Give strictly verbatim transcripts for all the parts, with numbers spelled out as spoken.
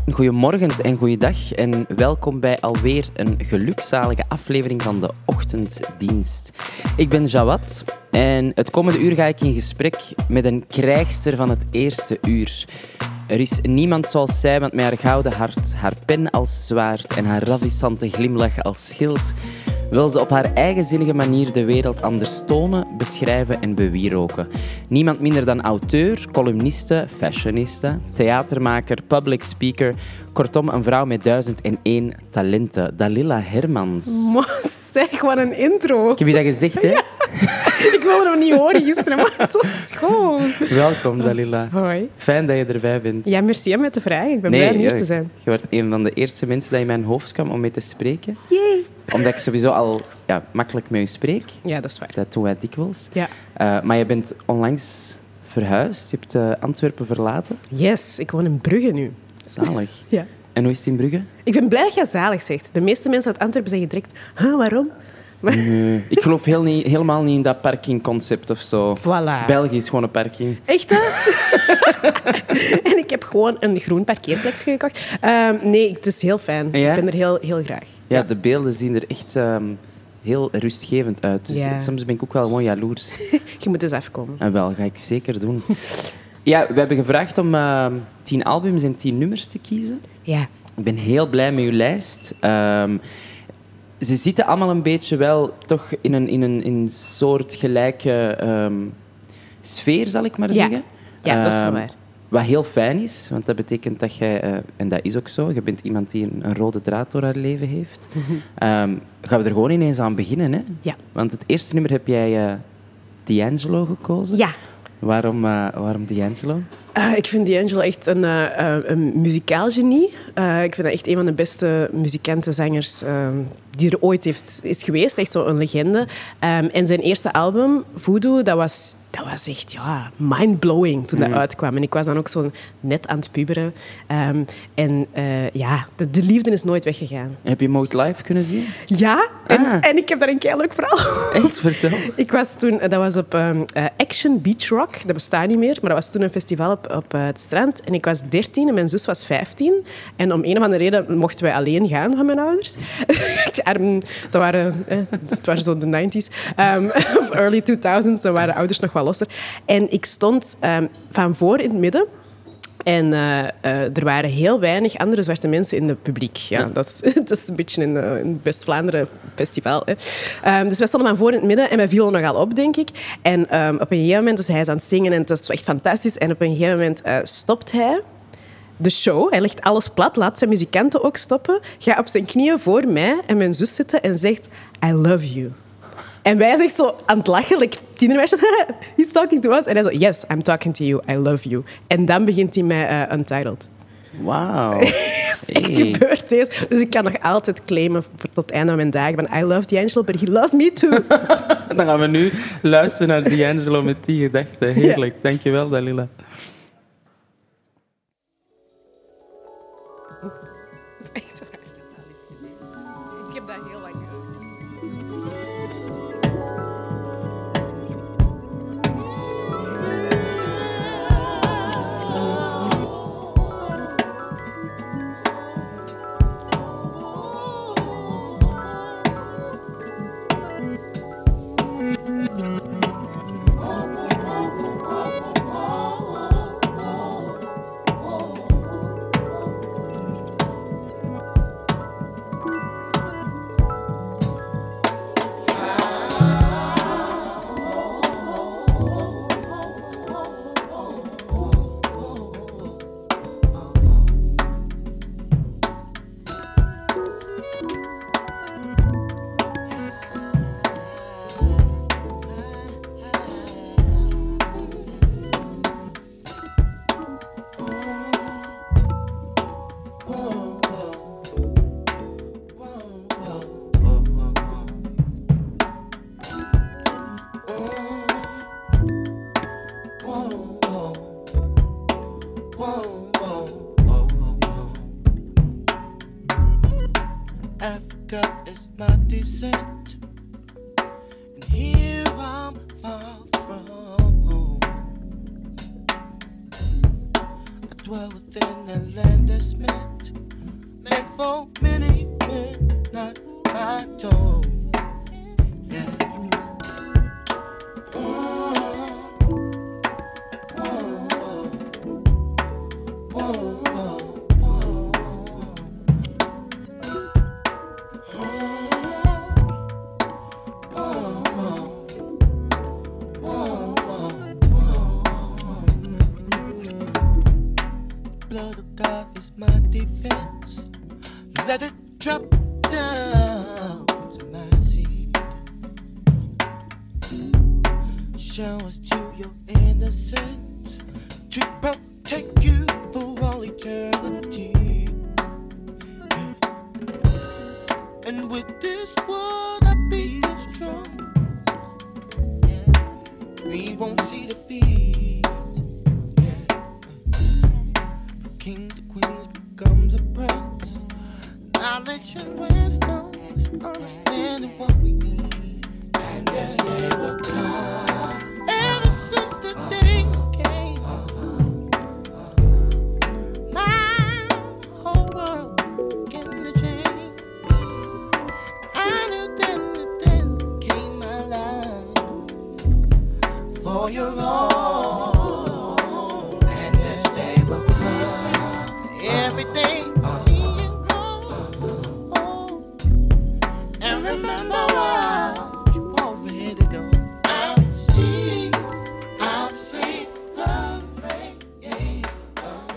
Goedemorgen en goeiedag en welkom bij alweer een gelukzalige aflevering van de Ochtenddienst. Ik ben Jawad en het komende uur ga ik in gesprek met een krijgster van het eerste uur. Er is niemand zoals zij, want met haar gouden hart, haar pen als zwaard en haar ravissante glimlach als schild wil ze op haar eigenzinnige manier de wereld anders tonen, beschrijven en bewieroken. Niemand minder dan auteur, columniste, fashioniste, theatermaker, public speaker. Kortom, een vrouw met duizend en één talenten. Dalila Hermans. Zeg, wat een intro. Ik heb je dat gezegd, hè? Ja. Ik wilde hem niet horen gisteren, maar het is zo schoon. Welkom, Dalila. Hoi. Fijn dat je erbij bent. Ja, merci om met te vragen. Ik ben nee, blij om hier ja, te zijn. Je wordt een van de eerste mensen die in mijn hoofd kwam om mee te spreken. Yay. Omdat ik sowieso al ja, makkelijk met je spreek. Ja, dat is waar. Dat doen wij dikwijls. Ja. Uh, maar je bent onlangs verhuisd. Je hebt uh, Antwerpen verlaten. Yes, ik woon in Brugge nu. Zalig. Ja. En hoe is het in Brugge? Ik ben blij dat je zalig zegt. De meeste mensen uit Antwerpen zeggen direct, huh, waarom? Maar... Nee, ik geloof heel niet, helemaal niet in dat parkingconcept of zo. Voilà. België is gewoon een parking. Echt, hè? En ik heb gewoon een groen parkeerplekje gekocht. Um, nee, het is heel fijn. Ja? Ik ben er heel, heel graag. Ja, Ja. de beelden zien er echt um, heel rustgevend uit. Dus Ja. soms ben ik ook wel gewoon jaloers. Je moet eens afkomen. En wel, ga ik zeker doen. Ja, we hebben gevraagd om uh, tien albums en tien nummers te kiezen. Ja. Ik ben heel blij met uw lijst. Um, ze zitten allemaal een beetje wel toch in een, in een, in een soort gelijke um, sfeer, zal ik maar Ja. zeggen. Ja, dat is wel Um, waar. Wat heel fijn is, want dat betekent dat jij, uh, en dat is ook zo, je bent iemand die een, een rode draad door haar leven heeft. Um, gaan we er gewoon ineens aan beginnen, hè? Ja. Want het eerste nummer heb jij uh, D'Angelo gekozen. Ja. Waarom, uh, waarom D'Angelo? Uh, ik vind D'Angelo echt een, uh, uh, een muzikaal genie. Uh, ik vind dat echt een van de beste muzikanten, zangers uh, die er ooit heeft, is geweest. Echt zo'n legende. Um, en zijn eerste album, Voodoo, dat was, dat was echt ja, mind-blowing toen dat Mm. uitkwam. En ik was dan ook zo net aan het puberen. Um, en uh, ja, de, de liefde is nooit weggegaan. Heb je Mode Live kunnen zien? Ja, en, Ah. en ik heb daar een kei leuk verhaal. Echt, vertel. Ik was toen, dat was op um, uh, Action Beach Rock, dat bestaat niet meer, maar dat was toen een festival op, op uh, het strand. En ik was dertien en mijn zus was vijftien. En om een of andere reden mochten wij alleen gaan van mijn ouders. Arm, dat waren, eh, het waren zo de nineties, um, of early two thousands, dan waren ouders nog wel losser. En ik stond um, van voor in het midden. En uh, uh, er waren heel weinig andere zwarte mensen in het publiek. Ja, Ja. Dat, is, dat is een beetje een, uh, een West-Vlaanderen festival. Hè. Um, dus wij stonden van voor in het midden en wij vielen nogal op, denk ik. En um, op een gegeven moment, dus hij is aan het zingen en het is echt fantastisch. En op een gegeven moment uh, stopt hij de show. Hij legt alles plat, laat zijn muzikanten ook stoppen. Gaat op zijn knieën voor mij en mijn zus zitten en zegt, I love you. En wij zijn echt zo aan het lachen, like tienermeisje, he's talking to us. En hij zo, yes, I'm talking to you, I love you. En dan begint hij met uh, Untitled. Wauw. Dat is echt Hey. gebeurd, deze. Dus ik kan nog altijd claimen voor tot het einde van mijn dagen van I love D'Angelo, but he loves me too. Dan gaan we nu luisteren naar D'Angelo met die gedachte. Heerlijk. Dankjewel, Dalila. Dat is echt waar. Ik heb dat heel lang gedaan. Africa is my descent, and here I'm far from home. I dwell within the land investment meant for many men, not my tone. Yeah. Blood of God is my defense. Let it drop down to my seat. Showers to your innocence to protect you for all eternity. Yeah. And with this world I be strong. Yeah. We won't see defeat. Yeah. For kings to queens becomes a prince. Knowledge and wisdom is understanding what we need. And this day will come. Ever since the day came, my whole world began to change. I knew then that then came my life for your own. And this day will come. Every day I see you grow. And remember what you already know. I will see, I will see love radiate from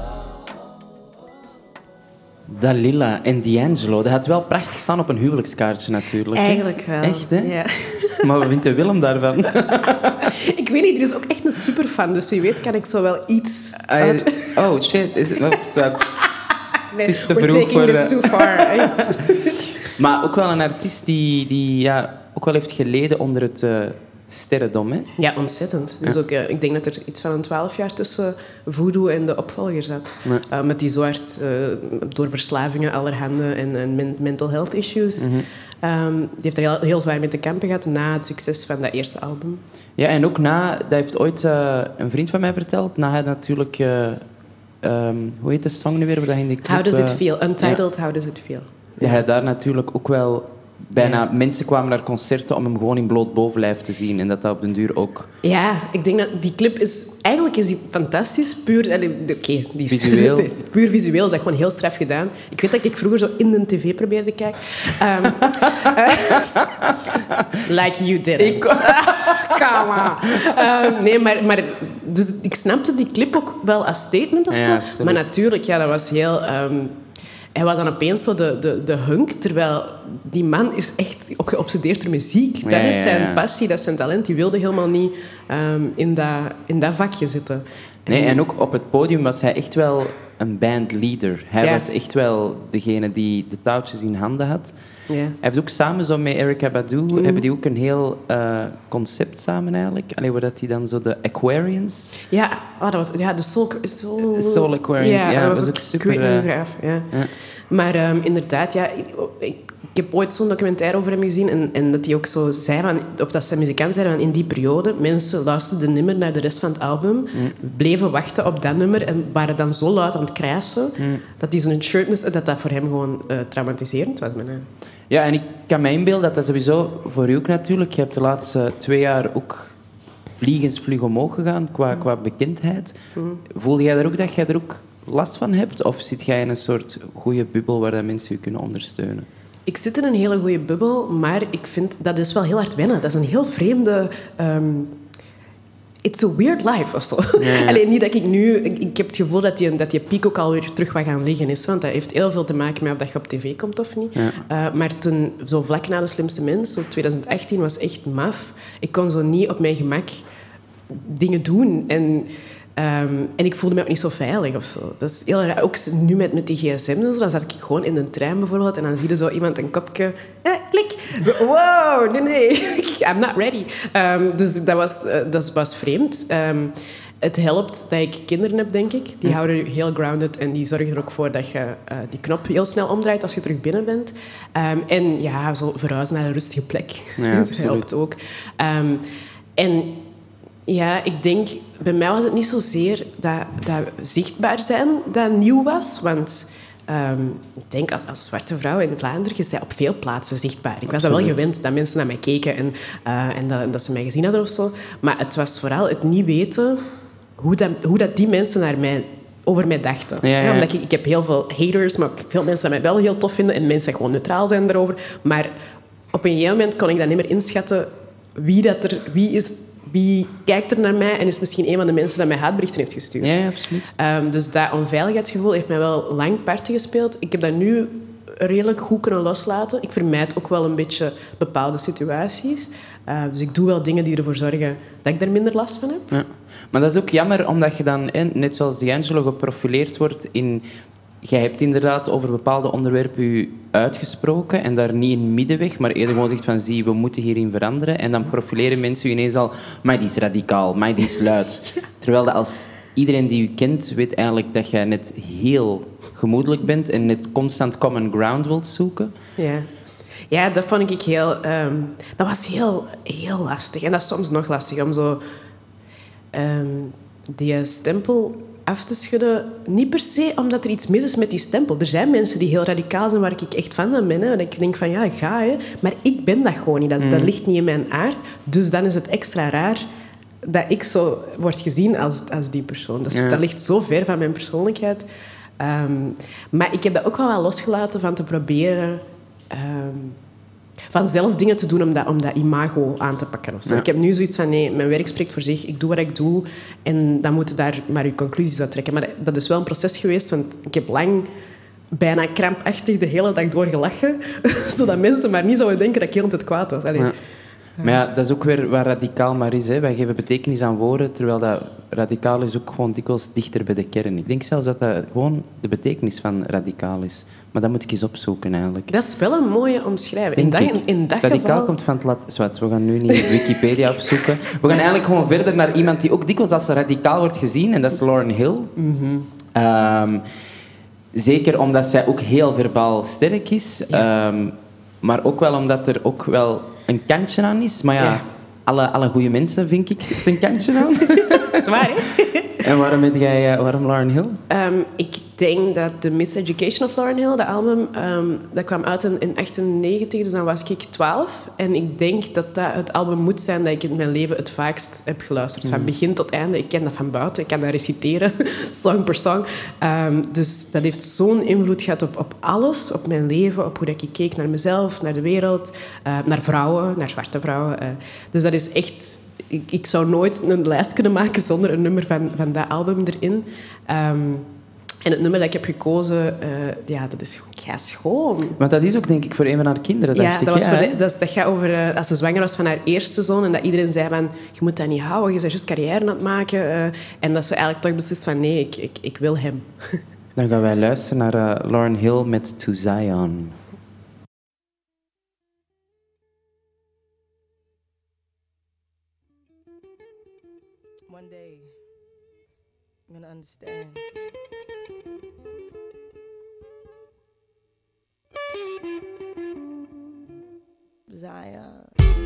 Dalila en D'Angelo, dat had wel prachtig staan op een huwelijkskaartje natuurlijk. hè? Eigenlijk wel. Echt, hè? Ja. Maar wat vindt de Willem daarvan? Ik weet niet, er is ook echt een superfan, dus wie weet kan ik zo wel iets I- uit... oh, shit. Is het, oh, zwart. Nee, het is te we're vroeg taking voor this de- too far. Echt. Maar ook wel een artiest die, die ja, ook wel heeft geleden onder het uh, sterrendom. Hè? Ja, ontzettend. Dus ook, uh, ik denk dat er iets van een twaalf jaar tussen Voodoo en de opvolger zat. Ja. Uh, met die zwart, uh, door verslavingen allerhande en, en men- mental health issues. Mhm. Um, die heeft er heel, heel zwaar mee te kampen gehad na het succes van dat eerste album. Ja, en ook na, dat heeft ooit uh, een vriend van mij verteld, na hij natuurlijk, uh, um, hoe heet de song nu weer? Waar hij in de clip, How Does It uh, Feel? Untitled, How Does It Feel? Ja, hij daar natuurlijk ook wel bijna... Ja. Mensen kwamen naar concerten om hem gewoon in bloot bovenlijf te zien. En dat dat op den duur ook... Ja, ik denk dat die clip is... Eigenlijk is die fantastisch. Puur... allee, Oké, die is... Visueel. puur visueel is dat gewoon heel straf gedaan. Ik weet dat ik vroeger zo in de tv probeerde te kijken. Um, like you did it. Come on. Um, nee, maar, maar... Dus ik snapte die clip ook wel als statement of Ja, zo. absoluut. Maar natuurlijk, ja, dat was heel... Um, hij was dan opeens zo de, de, de hunk, terwijl die man is echt ook geobsedeerd door muziek. Dat Ja, is ja, zijn ja. passie, dat is zijn talent. Die wilde helemaal niet um, in, dat, in dat vakje zitten. Nee, en ook op het podium was hij echt wel een bandleader. Hij Ja. was echt wel degene die de touwtjes in handen had. Ja. Hij heeft ook samen zo met Erykah Badu, Mhm. hebben die ook een heel uh, concept samen eigenlijk. Allee, waar dat die dan zo de Aquarians... Ja, oh, dat was ja, de Soul... Soul, Soul Aquarians, ja, dat was ook super, Ik weet niet hoe eh, graaf, ja. Ja. Maar um, inderdaad, ja, ik, ik, ik heb ooit zo'n documentaire over hem gezien en, en dat hij ook zo zei, van, of dat zijn muzikant zei, van in die periode, mensen luisterden niet meer naar de rest van het album, Mm. bleven wachten op dat nummer en waren dan zo luid aan het krijsen Mm. dat hij zijn shirt moest, dat dat voor hem gewoon uh, traumatiserend was. Maar, uh, Ja, en ik kan me inbeelden dat dat sowieso voor u ook natuurlijk... Je hebt de laatste twee jaar ook vliegensvlug omhoog gegaan qua, qua bekendheid. mm. Voelde jij daar ook dat jij er ook last van hebt? Of zit jij in een soort goede bubbel waar dat mensen u kunnen ondersteunen? Ik zit in een hele goede bubbel, maar ik vind dat is wel heel hard wennen. Dat is een heel vreemde... Um, it's a weird life of zo. Ja, ja. Alleen niet dat ik nu... Ik, ik heb het gevoel dat die, dat die piek ook alweer terug wat gaan liggen is. Want dat heeft heel veel te maken met of dat je op tv komt of niet. Ja. Uh, maar toen, zo vlak na De Slimste Mens, zo twintig achttien, was echt maf. Ik kon zo niet op mijn gemak dingen doen. En... Um, en ik voelde me ook niet zo veilig of zo. Dat is heel raar. Ook nu met, met die gsm en zo, dan zat ik gewoon in een trein bijvoorbeeld en dan zie je zo iemand een kopje... Eh, klik! Zo, wow, nee, nee. I'm not ready. Um, dus dat was, uh, dat was vreemd. Um, het helpt dat ik kinderen heb, denk ik. Die Ja. houden je heel grounded en die zorgen er ook voor dat je uh, die knop heel snel omdraait als je terug binnen bent. Um, en ja, zo verhuizen naar een rustige plek. Ja, dat absoluut. helpt ook. Um, en... Ja, ik denk... Bij mij was het niet zozeer dat, dat zichtbaar zijn dat nieuw was. Want um, ik denk als, als zwarte vrouw in Vlaanderen... je bent op veel plaatsen zichtbaar. Ik was dat wel gewend, dat mensen naar mij keken en, uh, en dat, dat ze mij gezien hadden of zo. Maar het was vooral het niet weten hoe dat, hoe dat die mensen naar mij... over mij dachten. Ja, ja. Ja, omdat ik, ik heb heel veel haters, maar ook veel mensen die mij wel heel tof vinden en mensen die gewoon neutraal zijn daarover. Maar op een gegeven moment kon ik dat niet meer inschatten wie, dat er, wie, is, wie kijkt er naar mij en is misschien een van de mensen die mij haatberichten heeft gestuurd. Ja, ja, absoluut. Um, dus dat onveiligheidsgevoel heeft mij wel lang parten gespeeld. Ik heb dat nu redelijk goed kunnen loslaten. Ik vermijd ook wel een beetje bepaalde situaties. Uh, dus ik doe wel dingen die ervoor zorgen dat ik daar minder last van heb. Ja. Maar dat is ook jammer, omdat je dan, net zoals D'Angelo, geprofileerd wordt in... Jij hebt inderdaad over bepaalde onderwerpen je uitgesproken en daar niet een middenweg, maar eerder gewoon zegt van, zie, we moeten hierin veranderen. En dan profileren mensen je ineens al, maar die is radicaal, maar die is luid. Terwijl dat als iedereen die je kent, weet eigenlijk dat jij net heel gemoedelijk bent en net constant common ground wilt zoeken. Ja. Ja, dat vond ik heel... Um, dat was heel, heel lastig. En dat is soms nog lastig om zo... Um, die stempel af te schudden. Niet per se omdat er iets mis is met die stempel. Er zijn mensen die heel radicaal zijn waar ik echt fan van ben. Hè. Dat ik denk van, ja, ga. Hè. Maar ik ben dat gewoon niet. Dat, mm. dat ligt niet in mijn aard. Dus dan is het extra raar dat ik zo word gezien als, als die persoon. Dat, ja. dat ligt zo ver van mijn persoonlijkheid. Um, maar ik heb dat ook wel wel losgelaten van te proberen... Um, van zelf dingen te doen om dat, om dat imago aan te pakken. Of zo. Ja. Ik heb nu zoiets van, nee, mijn werk spreekt voor zich. Ik doe wat ik doe. En dan moet je daar maar je conclusies uit trekken. Maar dat is wel een proces geweest, want ik heb lang bijna krampachtig de hele dag door gelachen. Zodat mensen maar niet zouden denken dat ik heel de tijd kwaad was. Allee. Ja. Maar ja, dat is ook weer wat radicaal maar is. Hè. Wij geven betekenis aan woorden, terwijl dat radicaal is ook gewoon dikwijls dichter bij de kern. Ik denk zelfs dat dat gewoon de betekenis van radicaal is. Maar dat moet ik eens opzoeken, eigenlijk. Dat is wel een mooie omschrijving. In dat, in, in dat radicaal geval... komt van het Lat... Zwart, we gaan nu niet Wikipedia opzoeken. We gaan eigenlijk gewoon verder naar iemand die ook dikwijls als radicaal wordt gezien. En dat is Lauryn Hill. Mm-hmm. Um, zeker omdat zij ook heel verbaal sterk is. Ja. Um, maar ook wel omdat er ook wel een kantje aan is. Maar ja, ja. alle, alle goede mensen, vind ik, zit een kantje aan. Zwaar, hè? En waarom heb jij, waarom Lauryn Hill? Um, ik denk dat The Miseducation of Lauryn Hill, dat album, um, dat kwam uit in negentien achtennegentig, dus dan was ik twaalf. En ik denk dat dat het album moet zijn dat ik in mijn leven het vaakst heb geluisterd. Mm. Van begin tot einde. Ik ken dat van buiten. Ik kan dat reciteren, song per song. Um, dus dat heeft zo'n invloed gehad op, op alles. Op mijn leven, op hoe ik keek naar mezelf, naar de wereld, uh, naar vrouwen, naar zwarte vrouwen. Uh, dus dat is echt... Ik, ik zou nooit een lijst kunnen maken zonder een nummer van, van dat album erin. Um, en het nummer dat ik heb gekozen, uh, ja, dat is gewoon schoon. Want dat is ook, denk ik, voor een van haar kinderen. Ja, dacht ik, dat, was ja, voor de, dat, is, dat gaat over uh, als ze zwanger was van haar eerste zoon. En dat iedereen zei van, je moet dat niet houden, je bent juist carrière aan het maken. Uh, en dat ze eigenlijk toch beslist van, nee, ik, ik, ik wil hem. Dan gaan wij luisteren naar uh, Lauryn Hill met To Zion. One day, I'm gonna understand. Zion.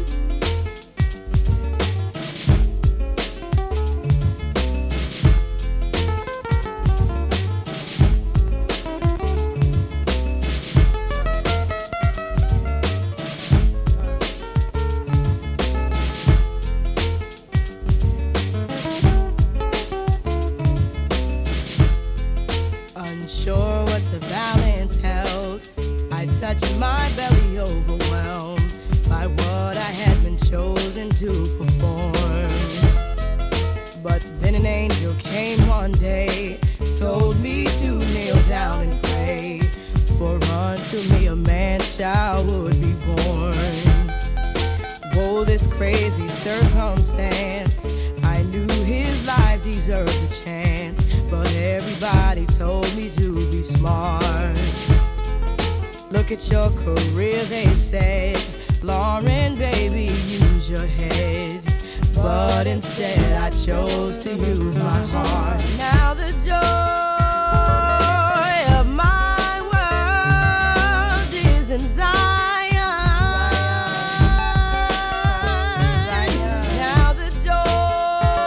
Unsure what the balance held, I touched my belly, overwhelmed by what I had been chosen to perform. But then an angel came one day, told me to kneel down and pray, for unto me a man's child would be born. Whoa, this crazy circumstance, I knew his life deserved a chance, but everybody told me to be smart. Look at your career, they said, Lauryn, baby, use your head. But instead I chose to use my heart. Now the joy of my world is in Zion. Now the joy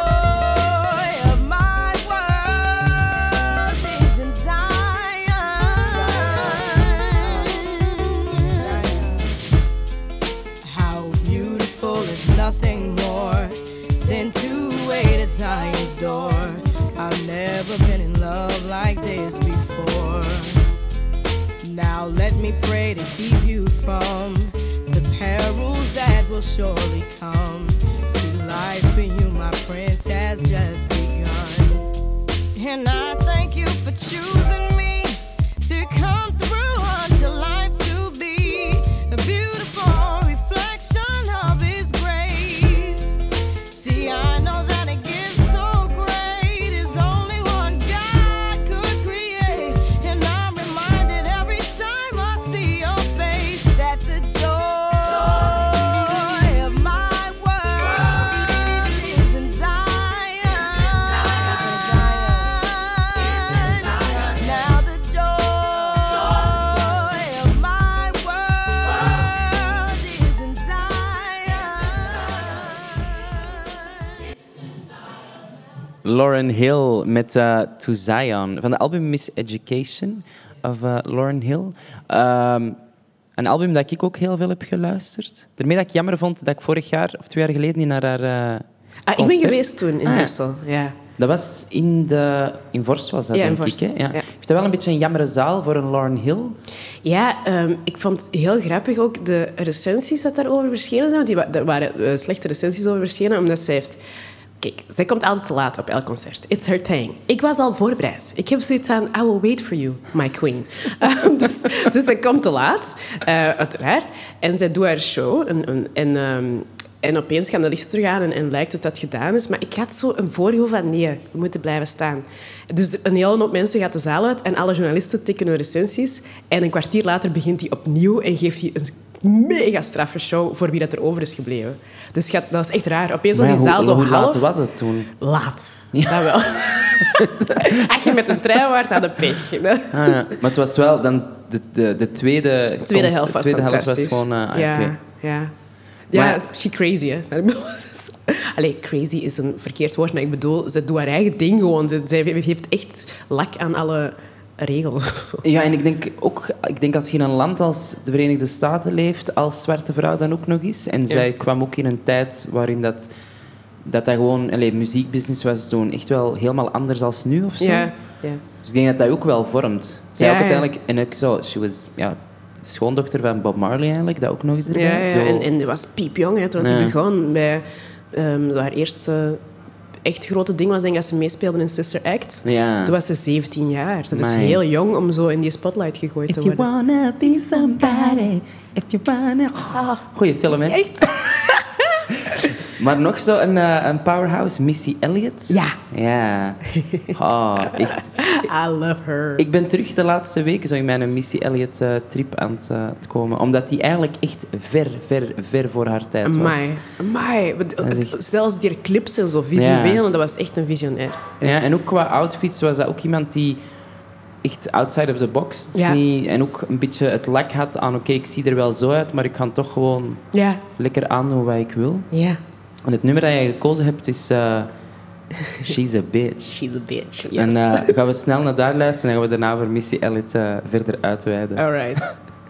Now let me pray to keep you from the perils that will surely come. See, life for you, my prince, has just begun. And I thank you for choosing me to come through unto life to be a beautiful reflection of His grace. See, I know that a gift so great is only one God could create. And I'm reminded every time I see your face that the joy of my world is in Zion. Now the joy of my world is in Zion. Lauryn Hill met uh, To Zion van de album Miseducation of uh, Lauryn Hill. Um, een album dat ik ook heel veel heb geluisterd. Daarmee dat ik jammer vond dat ik vorig jaar of twee jaar geleden niet naar haar uh, Ah, ik ben concert- geweest toen in Ah, ja. Brussel. Ja. Dat was in de... In Vorst was dat, Ja, in denk Vorst, ik. Hè? Ja. ja. Ik vind dat wel een beetje een jammere zaal voor een Lauryn Hill. Ja, ehm, ik vond het heel grappig ook de recensies dat daarover verschenen zijn. Want die wa- er waren uh, slechte recensies over verschenen, omdat zij heeft... Kijk, zij komt altijd te laat op elk concert. It's her thing. Ik was al voorbereid. Ik heb zoiets aan, I will wait for you, my queen. Um, dus, dus zij komt te laat, uh, uiteraard. En zij doet haar show. En, en, en, um, en opeens gaan de lichten terug aan en, en lijkt het dat het gedaan is. Maar ik had zo een voorgevoel van, nee, we moeten blijven staan. Dus de- een hele hoop mensen gaat de zaal uit en alle journalisten tikken hun recensies. En een kwartier later begint hij opnieuw en geeft hij een mega straffe show voor wie dat er over is gebleven. Dus gaat- dat was echt raar. Opeens was Maar die ja, zaal hoe, zo hoe half... laat was het toen? Laat. Dat wel. Als je met een trein waart, had je pech. Ah, ja. Maar het was wel dan de, de, de tweede... De tweede cons- helft was tweede helft was fantastisch. gewoon... uh, ah, ja, oké. ja. Ja, Maar- she crazy, hè. Allee, crazy is een verkeerd woord, maar ik bedoel, ze doet haar eigen ding gewoon. Ze, zij heeft echt lak aan alle regels. Ja, en ik denk ook, ik denk als je in een land als de Verenigde Staten leeft, als zwarte vrouw dan ook nog eens. En zij kwam ook in een tijd waarin dat, dat, dat gewoon, allee, muziekbusiness was toen echt wel helemaal anders als nu of zo. Ja, ja. Dus ik denk dat dat ook wel vormt. Zij Ja, ook ja. uiteindelijk, en ook zo, she was, ja, schoondochter van Bob Marley eigenlijk, dat ook nog eens erbij. Ja, ja. Ik bedoel, En, en die was piepjong, hè, toen Ja. hij begon. Bij, ehm, haar eerste echt grote ding was denk ik dat ze meespeelde in Sister Act. ja. Toen was ze zeventien jaar. Dat is Amai. heel jong om zo in die spotlight gegooid If te you worden. wanna be somebody, if you wanna... Oh, goeie film, hè? Echt? Maar nog zo een, uh, een powerhouse, Missy Elliott. Ja. Ja. Oh, echt. I love her. Ik ben terug de laatste weken zo in mijn Missy Elliott uh, trip aan het, uh, te komen. Omdat die eigenlijk echt ver, ver, ver voor haar tijd was. Amai. Amai. is echt- Zelfs die clips en zo visueel, dat was echt een visionair. Ja, en ook qua outfits was dat ook iemand die echt outside of the box Ja. niet, en ook een beetje het lak had aan oké, ik zie er wel zo uit, maar ik kan toch gewoon Ja. lekker aandoen wat ik wil. Ja. En het nummer dat je gekozen hebt is uh, She's a Bitch. She's a bitch. Yes. En uh, gaan we snel naar daar luisteren en gaan we daarna voor Missy Elliott uh, verder uitweiden. All right.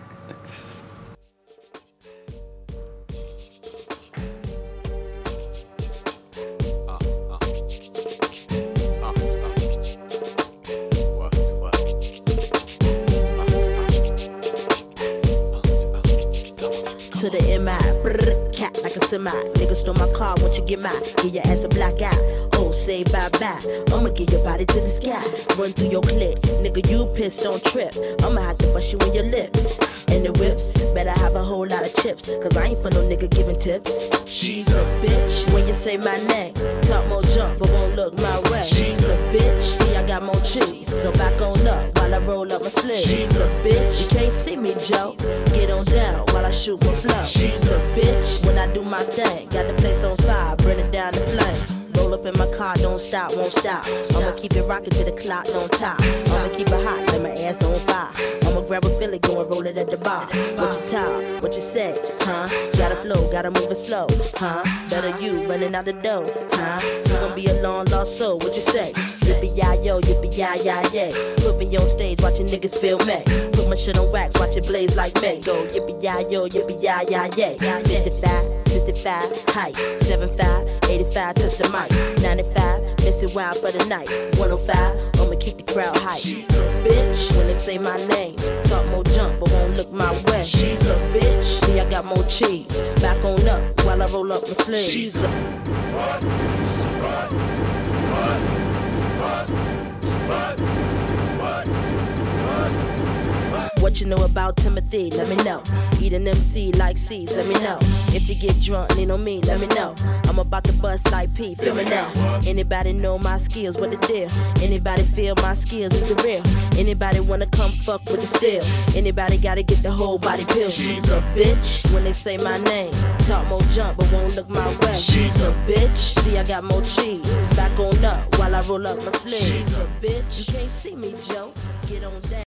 To the M I, brrr, cat like a semi. Nigga stole my car, won't you get mine? Give your ass a black eye. Oh, say bye bye. I'ma give your body to the sky. Run through your clip, nigga, you pissed, don't trip. I'ma have to bust you in your lips. And the whips, better have a whole lot of chips. Cause I ain't for no nigga giving tips. She's a bitch. When you say my name, talk more jump, but won't look my way. She's a bitch. See, I got more cheese. So back on up while I roll up my sleeves. She's a bitch. You can't see me, Joe. Get on down while I shoot my flow. She's a bitch. When I do my thing, got the place on fire, burn it down the flame. Roll up in my car, don't stop, won't stop. I'ma keep it rocking till the clock don't top. I'ma keep it hot, let my ass on fire. I'ma grab a Philly, go and roll it at the bar. What you talk, what you say, huh? Gotta flow, gotta move it slow, huh? Better you running out the door, huh? You gon' be a long lost soul, what you say? Yippee-yi-yo, yippee-yi-yi-yay. Put me on stage, watching niggas feel me. Put my shit on wax, watch it blaze like me. Go yippee-yi-yo, yippee-yi-yi-yay. fifty-five, sixty-five, height, seventy-five, eighty-five, touch the mic, ninety-five, miss it wild for the night, one oh five, I'ma keep the crowd hype. She's a bitch, when they say my name, talk more jump, but look my way. She's a bitch. See, I got more cheese. Back on up while I roll up my sleeves. She's a... What? What? What? What? What? What? What? What you know about Timothy? Let me know. Eat an M C like C's, let me know. If you get drunk, lean on me, let me know. I'm about to bust like P, feel me now. Anybody know my skills, what the deal? Anybody feel my skills is the real? Anybody wanna come fuck with the steel? Anybody gotta get the whole body pill? She's a bitch. When they say my name, talk more jump, but won't look my way. She's a bitch. See, I got more cheese. Back on up while I roll up my sleeves. She's a bitch. You can't see me, Joe. Get on down.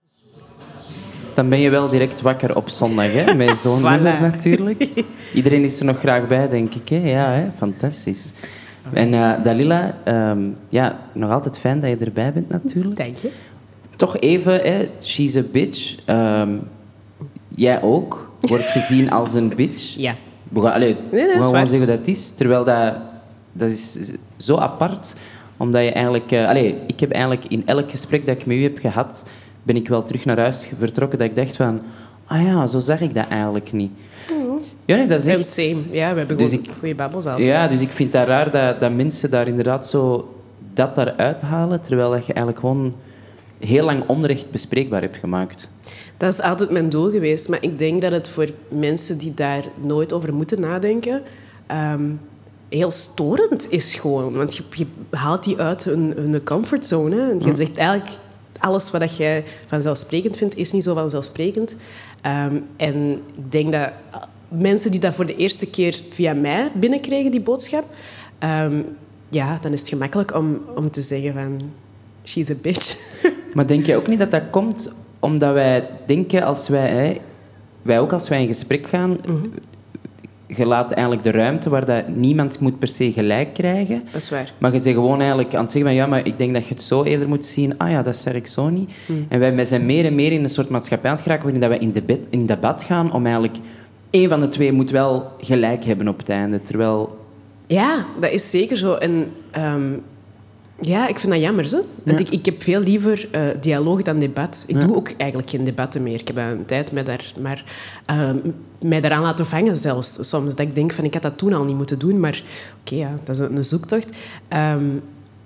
Dan ben je wel direct wakker op zondag, hè? Met zo'n Voilà. nummer natuurlijk. Iedereen is er nog graag bij, denk ik. Hè? Ja, hè? Fantastisch. En uh, Dalila, um, ja, nog altijd fijn dat je erbij bent natuurlijk. Dank je. Toch even, hè? She's a bitch. Um, jij ook. Wordt gezien als een bitch. Ja. We gaan, allee, nee, dat we gaan is gewoon waar. zeggen dat het is. Terwijl dat, dat is zo apart. Omdat je eigenlijk... Uh, allee, ik heb eigenlijk in elk gesprek dat ik met u heb gehad... ben ik wel terug naar huis vertrokken dat ik dacht van... Ah ja, zo zag ik dat eigenlijk niet. Mm. Ja, nee, dat is We echt... same. Ja, we hebben Dus gewoon ik- goede babbels altijd. Ja, dus ik vind het raar dat, dat mensen daar inderdaad zo dat daaruit halen, terwijl dat je eigenlijk gewoon heel lang onrecht bespreekbaar hebt gemaakt. Dat is altijd mijn doel geweest. Maar ik denk dat het voor mensen die daar nooit over moeten nadenken... Um, heel storend is gewoon. Want je, je haalt die uit hun, hun comfortzone. Hè. En je Ja. zegt eigenlijk... Alles wat jij vanzelfsprekend vindt, is niet zo vanzelfsprekend. Um, en ik denk dat mensen die dat voor de eerste keer via mij binnenkrijgen, die boodschap... Um, ja, dan is het gemakkelijk om, om te zeggen van... She's a bitch. Maar denk je ook niet dat dat komt omdat wij denken als wij... Hè, wij ook als wij in gesprek gaan... Mm-hmm. Je laat eigenlijk de ruimte waar dat niemand moet per se gelijk krijgen. Dat is waar. Maar je bent gewoon eigenlijk aan het zeggen van ja, maar ik denk dat je het zo eerder moet zien. Ah ja, dat zeg ik zo niet. Mm. En wij, wij zijn meer en meer in een soort maatschappij aan het geraken waarin dat wij in debat, in debat gaan om eigenlijk... één van de twee moet wel gelijk hebben op het einde. Terwijl... Ja, dat is zeker zo. En um, ja, ik vind dat jammer. Zo. Want Ja. ik, ik heb veel liever uh, dialoog dan debat. Ik Ja. doe ook eigenlijk geen debatten meer. Ik heb een tijd mij, daar, maar, um, mij daaraan laten vangen zelfs. Soms dat ik denk van, ik had dat toen al niet moeten doen. Maar oké, okay, ja, dat is een, een zoektocht. Um,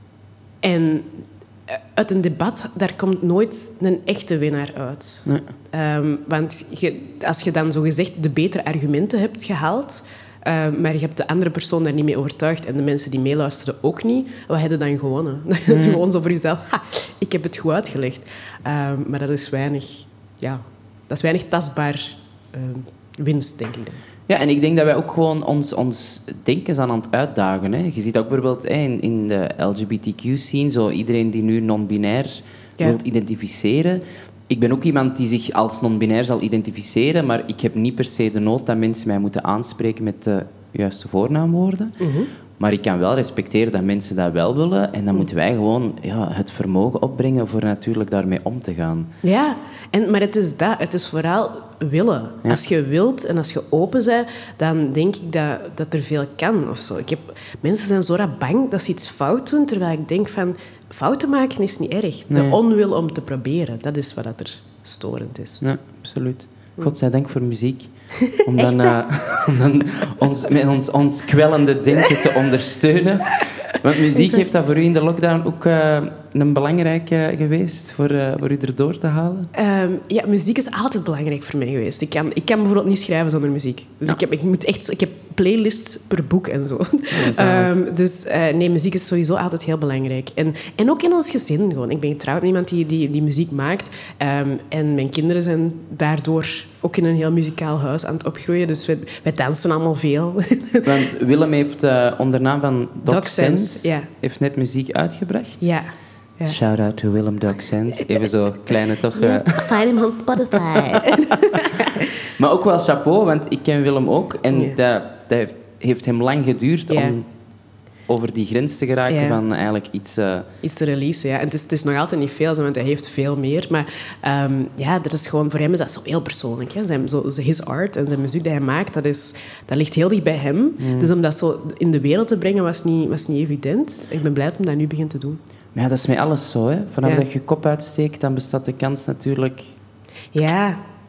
en uit een debat, daar komt nooit een echte winnaar uit. Nee. Um, want je, als je dan zogezegd de betere argumenten hebt gehaald... Uh, maar je hebt de andere persoon daar niet mee overtuigd en de mensen die meeluisteren ook niet. Wat heb je dan gewonnen? Dan heb je gewoon zo voor jezelf... Ha, ik heb het goed uitgelegd. Uh, maar dat is weinig... Ja, dat is weinig tastbaar uh, winst, denk ik dan. Ja, en ik denk dat wij ook gewoon ons, ons denken zijn aan het uitdagen. Hè. Je ziet ook bijvoorbeeld hè, in, in de L G B T Q-scene, zo iedereen die nu non-binair Ja. wil identificeren. Ik ben ook iemand die zich als non-binair zal identificeren, maar ik heb niet per se de nood dat mensen mij moeten aanspreken met de juiste voornaamwoorden. Mm-hmm. Maar ik kan wel respecteren dat mensen dat wel willen. En dan moeten wij gewoon ja, het vermogen opbrengen voor natuurlijk daarmee om te gaan. Ja, en, maar het is dat. Het is vooral willen. Ja. Als je wilt en als je open bent, dan denk ik dat, dat er veel kan. Of zo. Ik heb, mensen zijn zo rap bang dat ze iets fout doen, terwijl ik denk van... Fouten maken is niet erg. De Nee. onwil om te proberen, dat is wat er storend is. Ja, absoluut. Godzijdank voor muziek. Om dan, uh, om dan ons, met ons, ons kwellende denken te ondersteunen. Want muziek heeft dat voor u in de lockdown ook uh, een belangrijke geweest voor, uh, voor u erdoor te halen? Um, ja, muziek is altijd belangrijk voor mij geweest. Ik kan, ik kan bijvoorbeeld niet schrijven zonder muziek. Dus Ja. ik, heb, ik, moet echt, ik heb playlists per boek en zo. zalig. um, dus uh, nee, muziek is sowieso altijd heel belangrijk. En, en ook in ons gezin gewoon. Ik ben getrouwd met iemand die, die, die muziek maakt. Um, en mijn kinderen zijn daardoor ook in een heel muzikaal huis aan het opgroeien. Dus wij, wij dansen allemaal veel. Want Willem heeft uh, onder naam van Doc, Doc Sense, Sense, ja. heeft net muziek uitgebracht. Ja. Ja. Shout-out to Willem Doc Sense. Even zo kleine toch... uh, Find him on Spotify. Maar ook wel chapeau, want ik ken Willem ook. En Ja. dat, dat heeft hem lang geduurd Ja. om over die grens te geraken Ja. van eigenlijk iets... Uh, Iets te releasen, ja. En het is, het is nog altijd niet veel, want hij heeft veel meer. Maar um, ja, dat is gewoon, voor hem is dat zo heel persoonlijk. Hè. Zijn, zo, his art en zijn muziek die hij maakt, dat, is, dat ligt heel dicht bij hem. Mm. Dus om dat zo in de wereld te brengen, was niet, was niet evident. Ik ben blij dat hij dat nu begint te doen. Maar ja, dat is met alles zo. Hè. Vanaf Ja. dat je je kop uitsteekt, dan bestaat de kans natuurlijk... Ja,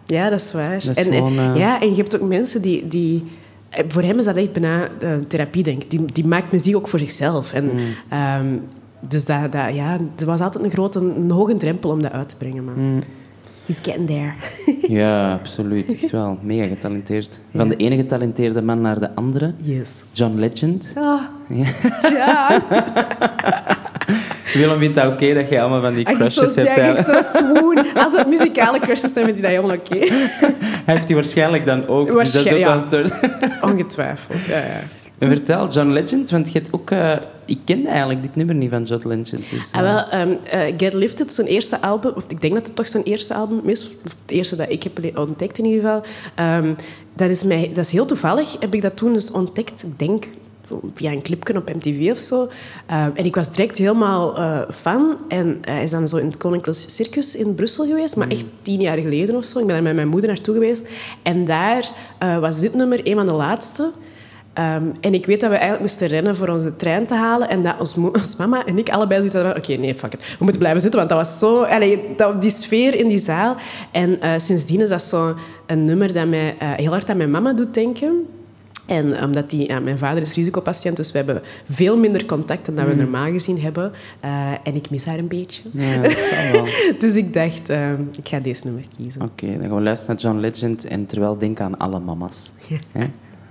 Ja, dat is waar. Dat is en, gewoon, en, uh... ja, en je hebt ook mensen die... die voor hem is dat echt bijna uh, therapie, denk ik. Die, die maakt muziek ook voor zichzelf. En, mm. um, dus dat, dat, ja, er was altijd een grote, een hoge drempel om dat uit te brengen. Maar mm. he's getting there. Ja, absoluut. Echt wel. Mega getalenteerd. Van ja. de ene getalenteerde man naar de andere. Yes. John Legend. Oh, ja. John. Willem vindt dat oké okay, dat je allemaal van die crushes zo, hebt. Ja, ik zo swoon. Als het muzikale crushes zijn, vindt hij dat helemaal oké. Okay. Hij heeft die waarschijnlijk dan ook. Dus dat is ook ja. wel een soort... Ongetwijfeld, ja, ja. En vertel, John Legend, want je hebt ook... Uh, ik kende eigenlijk dit nummer niet van John Legend. Dus, uh. ah, wel, um, uh, Get Lifted, zijn eerste album... Of ik denk dat het toch zijn eerste album is. Of het eerste dat ik heb ontdekt in ieder geval. Um, dat, is mij, dat is heel toevallig. Heb ik dat toen dus ontdekt, ik denk... via een clipje op M T V of zo. Uh, en ik was direct helemaal uh, fan. En hij is dan zo in het Koninklijk Circus in Brussel geweest. Maar echt tien jaar geleden of zo. Ik ben daar met mijn moeder naartoe geweest. En daar uh, was dit nummer een van de laatste. Um, en ik weet dat we eigenlijk moesten rennen voor onze trein te halen. En dat ons, mo- ons mama en ik allebei zoiets hadden van... Oké, okay, nee, fuck it. We moeten blijven zitten, want dat was zo... Allee, dat, die sfeer in die zaal. En uh, sindsdien is dat zo een nummer dat mij uh, heel hard aan mijn mama doet denken. En omdat die, ja, mijn vader is risicopatiënt, dus we hebben veel minder contact dan dat we normaal gezien hebben. Uh, en ik mis haar een beetje. Ja, dat zal wel. Dus ik dacht, uh, ik ga deze nummer kiezen. Oké, okay, dan gaan we luisteren naar John Legend en terwijl denken aan alle mama's. Ja. Hè?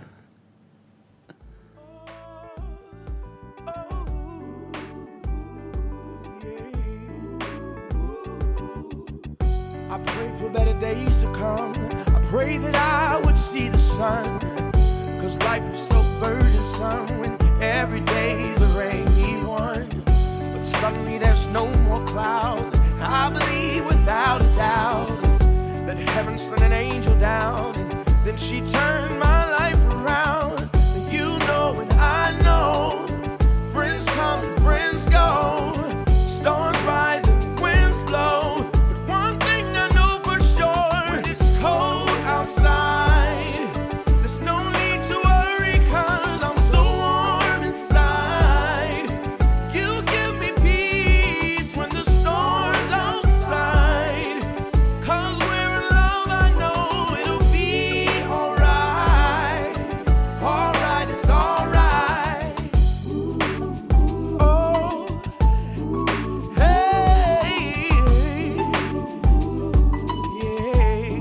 I pray for better days to come. I pray that I would see the sun. Cause life is so burdensome when every day's a rainy one. But suddenly there's no more clouds. I believe without a doubt that heaven sent an angel down. And then she turned my life around. And you know and I know, friends come and friends go. Storms rise and winds blow. But one thing I know for sure, when it's cold outside, there's no need to worry cause I'm so warm inside. You give me peace when the storm's outside. Cause we're in love, I know it'll be alright. Alright, it's alright. Oh, hey, yeah.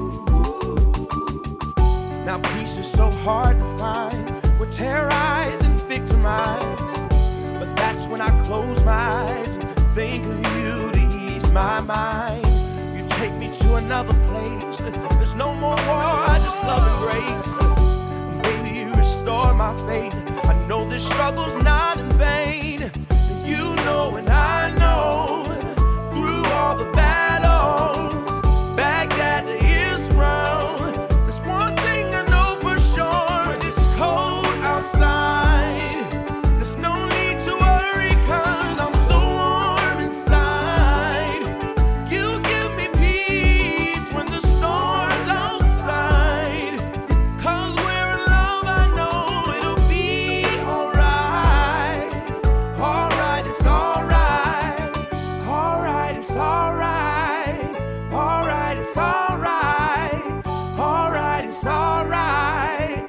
Now peace is so hard to find. We're terrorized and victimized. But that's when I close my eyes and think of you to ease my mind. You take me to another place. There's no more war, I just love and grace. Baby, you restore my faith. I know this struggle's not in vain. You know and I know, through all the battles, Baghdad to Israel, there's one thing I know for sure. When it's cold outside, there's no need to worry cause I'm so warm inside. You give me peace when the storm's outside. Cause we're in love, I know it'll be alright. Alright, it's alright. Alright, it's alright. Alright, it's alright. Alright, it's alright.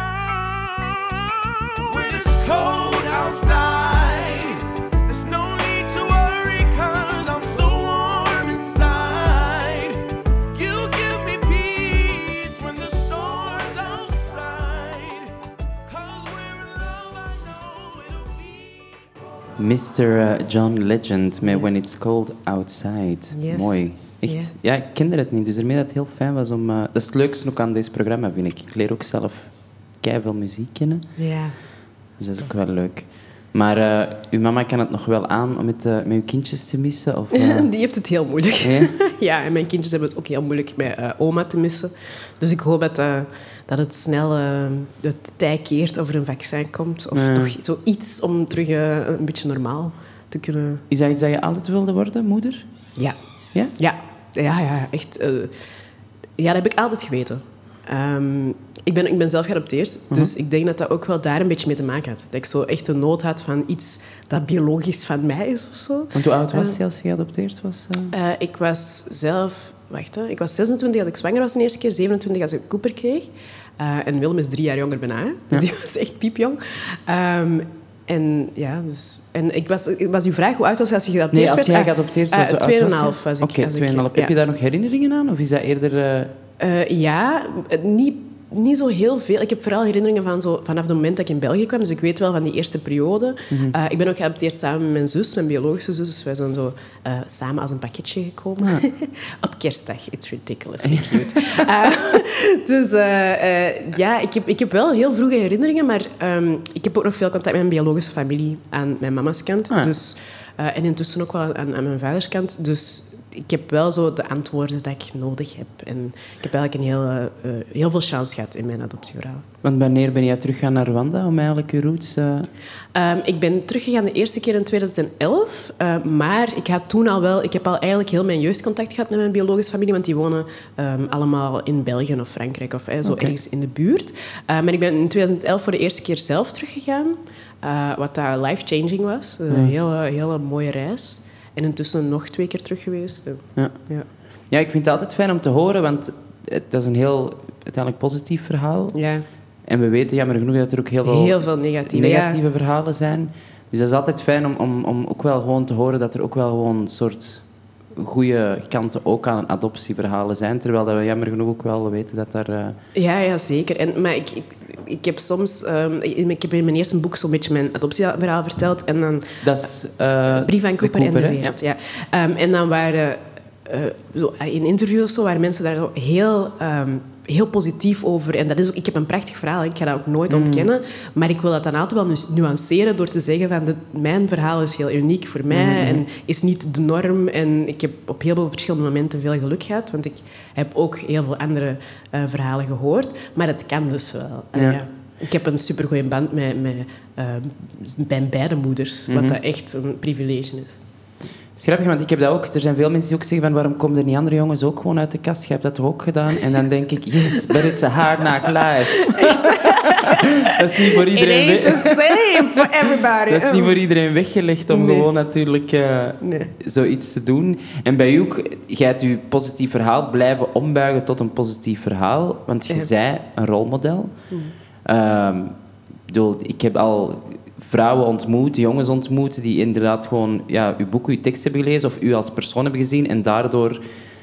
Oh, when it's cold outside, there's no need to worry cause I'm so warm inside. You give me peace when the storm's outside. Cause we're in love, I know it'll be. mister Uh, John Legend met When It's Cold Outside. Yes. Mooi. Echt. Ja. Ja, ik kende het niet, dus daarmee dat het heel fijn was om... Uh, dat is het leukste ook aan deze programma, vind ik. Ik leer ook zelf keiveel muziek kennen, Ja. dus dat is ook wel leuk. Maar uh, uw mama kan het nog wel aan om met, uh, met uw kindjes te missen? Of, uh... Die heeft het heel moeilijk. Ja? Ja, en mijn kindjes hebben het ook heel moeilijk met uh, oma te missen. Dus ik hoop dat, uh, dat het snel uh, het tij keert of er een vaccin komt. Of Ja. toch zoiets om terug uh, een beetje normaal te kunnen... Is dat iets dat je altijd wilde worden, moeder? Ja. Ja? Ja, ja, ja echt. Uh, ja, dat heb ik altijd geweten. Um, ik, ben, ik ben zelf geadopteerd, uh-huh. dus ik denk dat dat ook wel daar een beetje mee te maken had. Dat ik zo echt de nood had van iets dat biologisch van mij is of zo. Want hoe oud was je als je geadopteerd was? Uh? Uh, ik was zelf... Wacht, hè. Ik was zesentwintig als ik zwanger was de eerste keer, zevenentwintig als ik Cooper kreeg. Uh, en Willem is drie jaar jonger bijna, dus ja. die was echt piepjong. Um, En ja, dus... En ik was, was uw vraag, hoe oud was je als je geadopteerd werd? Nee, als jij geadopteerd was, uh, zo twee en oud een was half was ik. Oké, twee en een half. Ja. Heb je daar nog herinneringen aan? Of is dat eerder... Uh... Uh, ja, niet, niet zo heel veel. Ik heb vooral herinneringen van zo, vanaf het moment dat ik in België kwam. Dus ik weet wel van die eerste periode. Mm-hmm. Uh, ik ben ook geadopteerd samen met mijn zus, mijn biologische zus. Dus wij zijn zo uh, samen als een pakketje gekomen. Ah. Op kerstdag. It's ridiculously cute. uh, dus uh, uh, ja, ik heb, ik heb wel heel vroege herinneringen. Maar um, ik heb ook nog veel contact met mijn biologische familie aan mijn mama's kant. Ah. Dus, uh, en intussen ook wel aan, aan mijn vaders kant. Dus... Ik heb wel zo de antwoorden dat ik nodig heb. En ik heb eigenlijk een heel, uh, heel veel chance gehad in mijn adoptieverhaal. Want wanneer ben jij teruggegaan naar Rwanda om eigenlijk je roots... Uh... Um, ik ben teruggegaan de eerste keer in twintig elf. Uh, maar ik had toen al wel... Ik heb al eigenlijk heel mijn jeugdcontact gehad met mijn biologische familie. Want die wonen um, allemaal in België of Frankrijk of eh, zo okay. ergens in de buurt. Uh, maar ik ben in twintig elf voor de eerste keer zelf teruggegaan. Uh, wat daar life-changing was. Een mm. hele, hele mooie reis. En intussen nog twee keer terug geweest. Ja. Ja. ja, ik vind het altijd fijn om te horen, want het is een heel uiteindelijk positief verhaal. Ja. En we weten jammer genoeg dat er ook heel veel, heel veel negatieve, negatieve ja. verhalen zijn. Dus dat is altijd fijn om, om, om ook wel gewoon te horen dat er ook wel gewoon een soort goede kanten ook aan adoptieverhalen zijn. Terwijl dat we jammer genoeg ook wel weten dat daar... Uh... Ja, ja, zeker. En, maar ik... ik Ik heb soms... Um, ik heb in mijn eerste boek zo'n beetje mijn adoptieverhaal verteld. En dan... Dat is... Uh, Brief aan Cooper, Cooper en de wereld, ja. ja. Um, en dan waren... Uh, zo, in interviews of zo waren mensen daar zo heel, um, heel positief over. En dat is ook... Ik heb een prachtig verhaal, ik ga dat ook nooit mm. ontkennen. Maar ik wil dat dan altijd wel nuanceren door te zeggen van... De, mijn verhaal is heel uniek voor mij mm. en is niet de norm. En ik heb op heel veel verschillende momenten veel geluk gehad. Want ik heb ook heel veel andere uh, verhalen gehoord. Maar het kan dus wel. Ja. Uh, ja. Ik heb een supergoeie band met, met uh, mijn beide moeders. Mm-hmm. Wat dat echt een privilege is. Grappig, want ik heb dat ook. Er zijn veel mensen die ook zeggen van waarom komen er niet andere jongens ook gewoon uit de kast? Je hebt dat toch ook gedaan? En dan denk ik, yes, but it's a hard knock life. Echt? Dat is niet voor iedereen... It ain't the same for everybody. Dat is niet voor iedereen weggelegd om nee. gewoon natuurlijk uh, nee. zoiets te doen. En bij u ook, jij hebt je positief verhaal blijven ombuigen tot een positief verhaal. Want je ja. zei een rolmodel. Hmm. Um, bedoel, ik heb al... vrouwen ontmoet, jongens ontmoet, die inderdaad gewoon ja, uw boek, uw tekst hebben gelezen of u als persoon hebben gezien en daardoor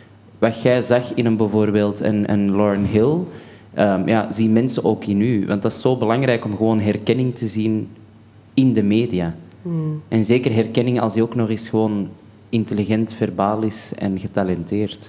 wat jij zag in een bijvoorbeeld een, een Lauryn Hill, um, ja, zien mensen ook in u. Want dat is zo belangrijk om gewoon herkenning te zien in de media. Mm. En zeker herkenning als die ook nog eens gewoon intelligent, verbaal is en getalenteerd.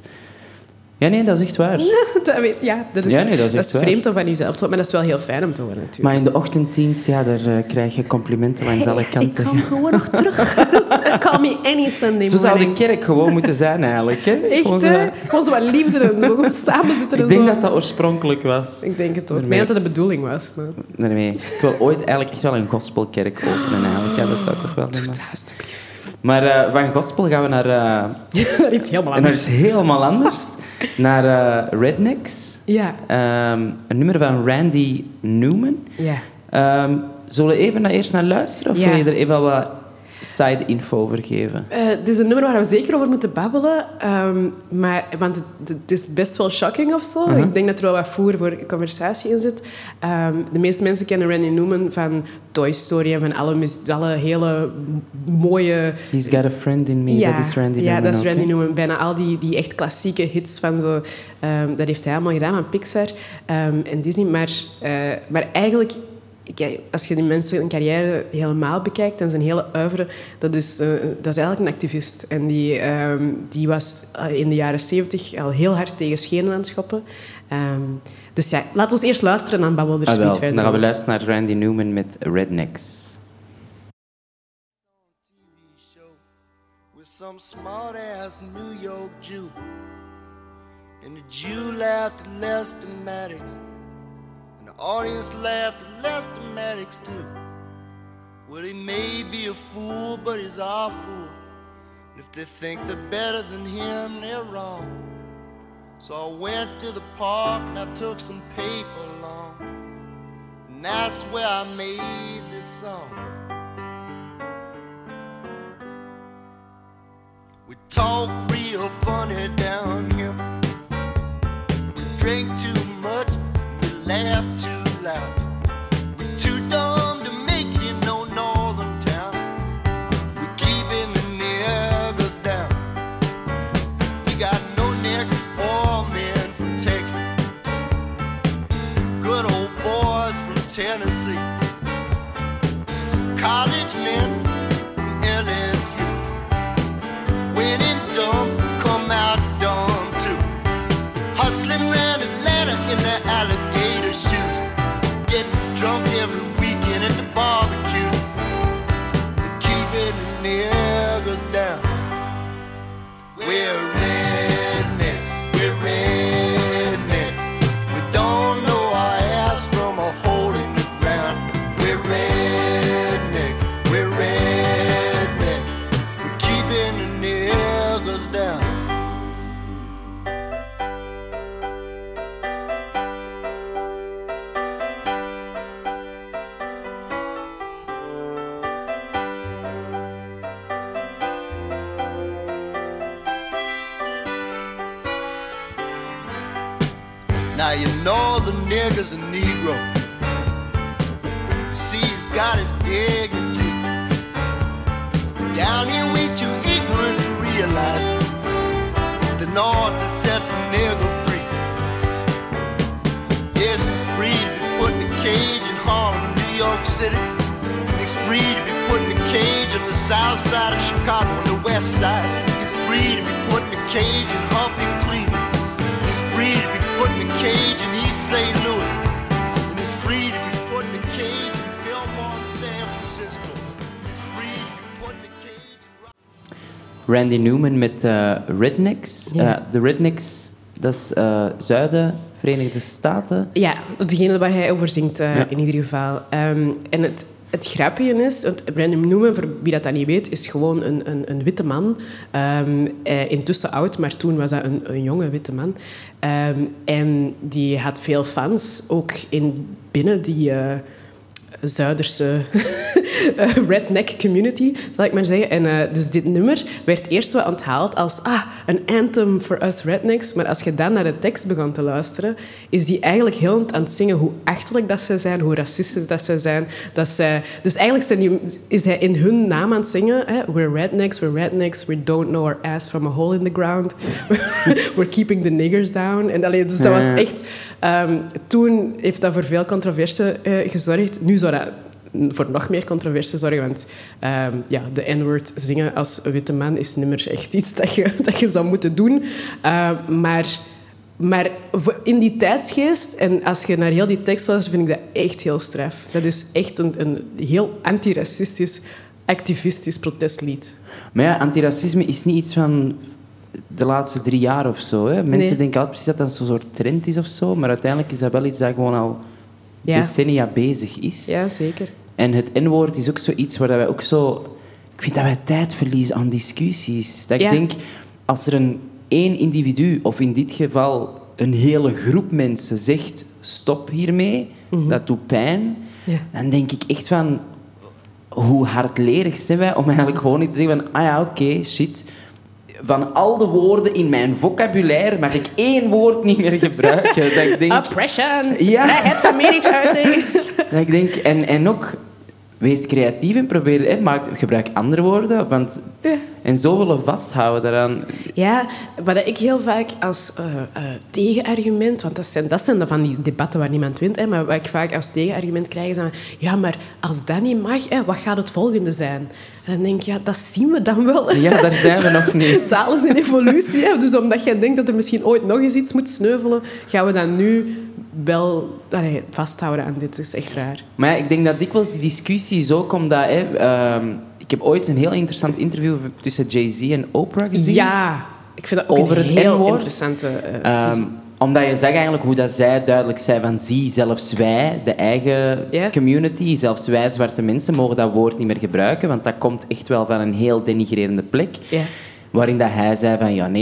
Ja, nee, dat is echt waar. Ja, dat, weet, ja, dat is, ja, nee, dat is, dat is vreemd om van jezelf te horen, maar dat is wel heel fijn om te horen natuurlijk. Maar in de ochtenddienst, ja, daar uh, krijg je complimenten langs alle kanten. Ik kom gewoon nog terug. Call me any Sunday morning. Zo zou de kerk gewoon moeten zijn eigenlijk. Hè? Echt, gewoon, zo, gewoon zo wat liefde en gewoon samen zitten en Ik denk zo. dat dat oorspronkelijk was. Ik denk het ook. Ik denk dat dat de bedoeling was. Maar... Nee, nee. Ik wil ooit eigenlijk echt wel een gospelkerk openen eigenlijk. Ja, dat zou toch wel... Doe dat alsjeblieft. Maar uh, van gospel gaan we naar... Uh, naar iets helemaal anders. Naar iets helemaal anders. Naar uh, Rednecks. Ja. Um, een nummer van Randy Newman. Ja. Um, zullen we even naar, eerst naar luisteren? Of ja. wil je er even wat side info over geven? Uh, het is een nummer waar we zeker over moeten babbelen. Um, maar, want het, het is best wel shocking of zo. Uh-huh. Ik denk dat er wel wat voer voor conversatie in zit. Um, de meeste mensen kennen Randy Newman van Toy Story en van alle, alle hele mooie... He's Got a Friend in Me, ja, dat is Randy ja, Newman. Ja, dat is Randy ook, Newman. Bijna al die, die echt klassieke hits van zo... Um, dat heeft hij allemaal gedaan van Pixar um, en Disney. Maar, uh, maar eigenlijk... Kijk, als je die mensen hun carrière helemaal bekijkt en zijn hele oeuvre, dat is, uh, dat is eigenlijk een activist. En die, um, die was in de jaren zeventig al heel hard tegen schenen aan het schoppen. Um, dus ja, laten we eerst luisteren en dan babbelen we er ah, niet verder. Dan gaan we luisteren naar Randy Newman met Rednecks. With some smart-ass New York Jew. And the Jew laughed at Lester Maddox. The audience laughed at Lester Maddox too. Well, he may be a fool, but he's our fool. And if they think they're better than him, they're wrong. So I went to the park and I took some paper along, and that's where I made this song. We talk real funny down here, we drink too much, we laugh too loud. We're too dumb to make it in no northern town. We're keeping the niggas down. We got no niggas poor men from Texas, good old boys from Tennessee, college men from L S U. When in dumb, come out dumb too. Hustling around Atlanta in their alligator shoes, getting drunk every weekend at the barbecue. They're keeping the niggas down. We're rednecks, we're rednecks. We don't know our ass from a hole in the ground. We're rednecks, we're rednecks. We're keeping the niggas down. Now you know the nigga's a Negro. You see he's got his dignity. Down here we too ignorant to realize the North has set the nigga free. Yes, he's free to be put in a cage in Harlem, New York City. He's free to be put in a cage on the south side of Chicago, on the west side. He's free to be put in a cage in Humphrey, Cleveland. He's free to be put in a cage in East Saint Louis. And he's free to be put in a cage in Fillmore and San Francisco. He's free to be put in a cage in... Randy Newman met uh, Rednecks. Ja. Uh, de Rednecks, dat is uh, zuiden, Verenigde Staten. Ja, degene waar hij over zingt uh, Ja. in ieder geval. Um, en het, het grappige is, want Randy Newman, voor wie dat, dat niet weet, is gewoon een, een, een witte man. Um, eh, intussen oud, maar toen was dat een, een jonge witte man. Um, en die had veel fans, ook in binnen die uh, Zuiderse redneck community, zal ik maar zeggen. En uh, dus dit nummer werd eerst wel onthaald als ah, een anthem for us rednecks. Maar als je dan naar de tekst begon te luisteren, is die eigenlijk heel aan het zingen hoe achterlijk dat ze zijn, hoe racistisch dat ze zijn. Dat zij, dus eigenlijk zijn die, is hij in hun naam aan het zingen. Hè? We're rednecks, we're rednecks, we don't know our ass from a hole in the ground. We're keeping the niggers down. En, allee, dus dat was echt... Um, toen heeft dat voor veel controverse uh, gezorgd. Nu zou dat voor nog meer controverse zorgen, want um, ja, de N-word zingen als witte man is niet meer echt iets dat je, dat je zou moeten doen. Uh, maar, maar in die tijdsgeest, en als je naar heel die tekst luistert, vind ik dat echt heel straf. Dat is echt een, een heel antiracistisch, activistisch protestlied. Maar ja, antiracisme is niet iets van de laatste drie jaar of zo. Hè. Mensen Nee. denken altijd precies dat dat zo'n soort trend is of zo, maar uiteindelijk is dat wel iets dat gewoon al Ja. decennia bezig is. Ja, zeker. En het N-woord is ook zoiets waar wij ook zo... Ik vind dat wij tijd verliezen aan discussies. Dat ik Ja. denk, als er een één individu, of in dit geval een hele groep mensen, zegt stop hiermee, Mhm. dat doet pijn, Ja. dan denk ik echt van... Hoe hardlerig zijn wij om eigenlijk gewoon niet te zeggen van... Ah ja, oké, okay, shit. Van al de woorden in mijn vocabulaire mag ik één woord niet meer gebruiken. Dat ik denk... Oppression, Ja. vrijheid van meningsuiting. Dat ik denk, en, en ook, wees creatief en probeer, hè, maak, gebruik andere woorden. Want, Ja. En zo willen vasthouden daaraan. Ja, wat ik heel vaak als uh, uh, tegenargument... Want dat zijn, dat zijn dan van die debatten waar niemand wint. Hè, maar wat ik vaak als tegenargument krijg is dan... Ja, maar als dat niet mag, hè, wat gaat het volgende zijn? En dan denk ik, ja, dat zien we dan wel. Ja, daar zijn we nog niet. Taal is in evolutie. Hè, dus omdat jij denkt dat er misschien ooit nog eens iets moet sneuvelen, gaan we dan nu wel allee, vasthouden aan dit. Dat is echt raar. Maar ja, ik denk dat dikwijls die discussie zo komt dat... Hè, uh, ik heb ooit een heel interessant interview tussen Jay-Z en Oprah gezien. Ja, ik vind dat ook Over een het heel N-woord. interessante... Uh, Um, omdat je zag eigenlijk hoe dat zij duidelijk zei van zie, zelfs wij, de eigen Ja. community, zelfs wij zwarte mensen, mogen dat woord niet meer gebruiken, want dat komt echt wel van een heel denigrerende plek. Ja. Waarin dat hij zei van ja nee,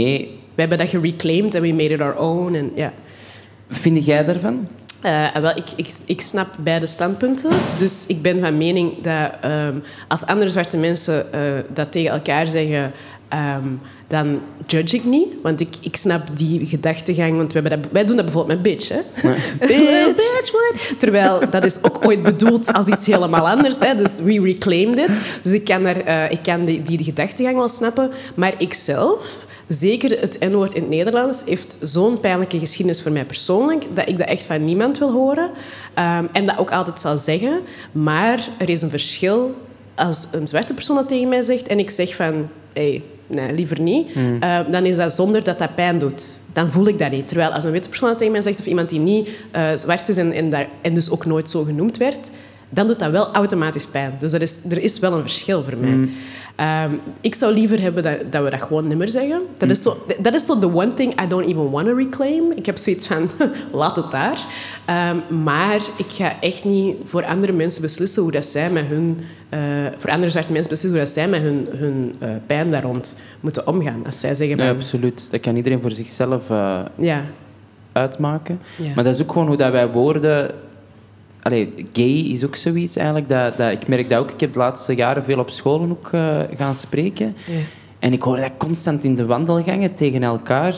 we hebben dat gereclaimed en we made it our own. En, ja. Vind jij daarvan? Uh, wel, ik, ik, ik snap beide standpunten. Dus ik ben van mening dat um, als andere zwarte mensen uh, dat tegen elkaar zeggen... Um, dan judge ik niet. Want ik, ik snap die gedachtegang. Want we hebben dat, wij doen dat bijvoorbeeld met bitch. Hè? Ja. Bitch. Bitch, what? Terwijl dat is ook ooit bedoeld als iets helemaal anders. Hè? Dus we reclaimed it. Dus ik kan, daar, uh, ik kan die, die gedachtegang wel snappen. Maar ikzelf... Zeker het N-woord in het Nederlands heeft zo'n pijnlijke geschiedenis voor mij persoonlijk dat ik dat echt van niemand wil horen. Um, en dat ook altijd zal zeggen. Maar er is een verschil als een zwarte persoon dat tegen mij zegt en ik zeg van... Hey, nee, liever niet. Mm. Uh, dan is dat zonder dat dat pijn doet. Dan voel ik dat niet. Terwijl als een witte persoon dat tegen mij zegt of iemand die niet uh, zwart is en, en, daar, en dus ook nooit zo genoemd werd... dan doet dat wel automatisch pijn. Dus dat is, er is wel een verschil voor mij. Mm. Um, ik zou liever hebben dat, dat we dat gewoon niet meer zeggen. Dat mm. is zo dat is zo the one thing I don't even want to reclaim. Ik heb zoiets van, laat het daar. Um, maar ik ga echt niet voor andere mensen beslissen hoe dat zij met hun... Uh, voor andere zwarte mensen beslissen hoe dat zij met hun, hun uh, pijn daar rond moeten omgaan. Als zij zeggen... Ja, van, absoluut. Dat kan iedereen voor zichzelf uh, ja. uitmaken. Ja. Maar dat is ook gewoon hoe dat wij woorden... Allee, gay is ook zoiets eigenlijk. Dat, dat, ik merk dat ook. Ik heb de laatste jaren veel op scholen ook uh, gaan spreken. Ja. En ik hoor dat constant in de wandelgangen tegen elkaar.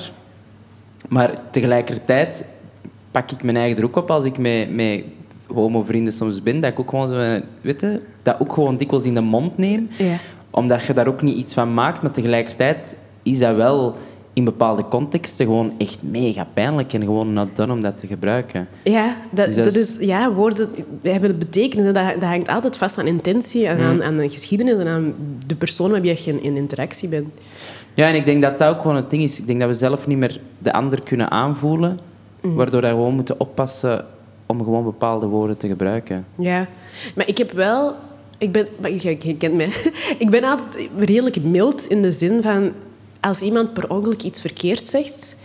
Maar tegelijkertijd pak ik mijn eigen er ook op als ik met, met homo-vrienden soms ben. Dat ik ook gewoon zo, weet je, dat ook gewoon dikwijls in de mond neem. Ja. Omdat je daar ook niet iets van maakt. Maar tegelijkertijd is dat wel... in bepaalde contexten gewoon echt mega pijnlijk en gewoon not done om dat te gebruiken. Ja, dat, dus dat dat is... is, ja woorden hebben een betekenis. Dat, dat hangt altijd vast aan intentie en aan, mm. aan de geschiedenis en aan de persoon met wie je in, in interactie bent. Ja, en ik denk dat dat ook gewoon het ding is. Ik denk dat we zelf niet meer de ander kunnen aanvoelen, mm. waardoor we gewoon moeten oppassen om gewoon bepaalde woorden te gebruiken. Ja, maar ik heb wel... Ik ben, maar je, je kent mij. Ik ben altijd redelijk mild in de zin van... Als iemand per ongeluk iets verkeerd zegt,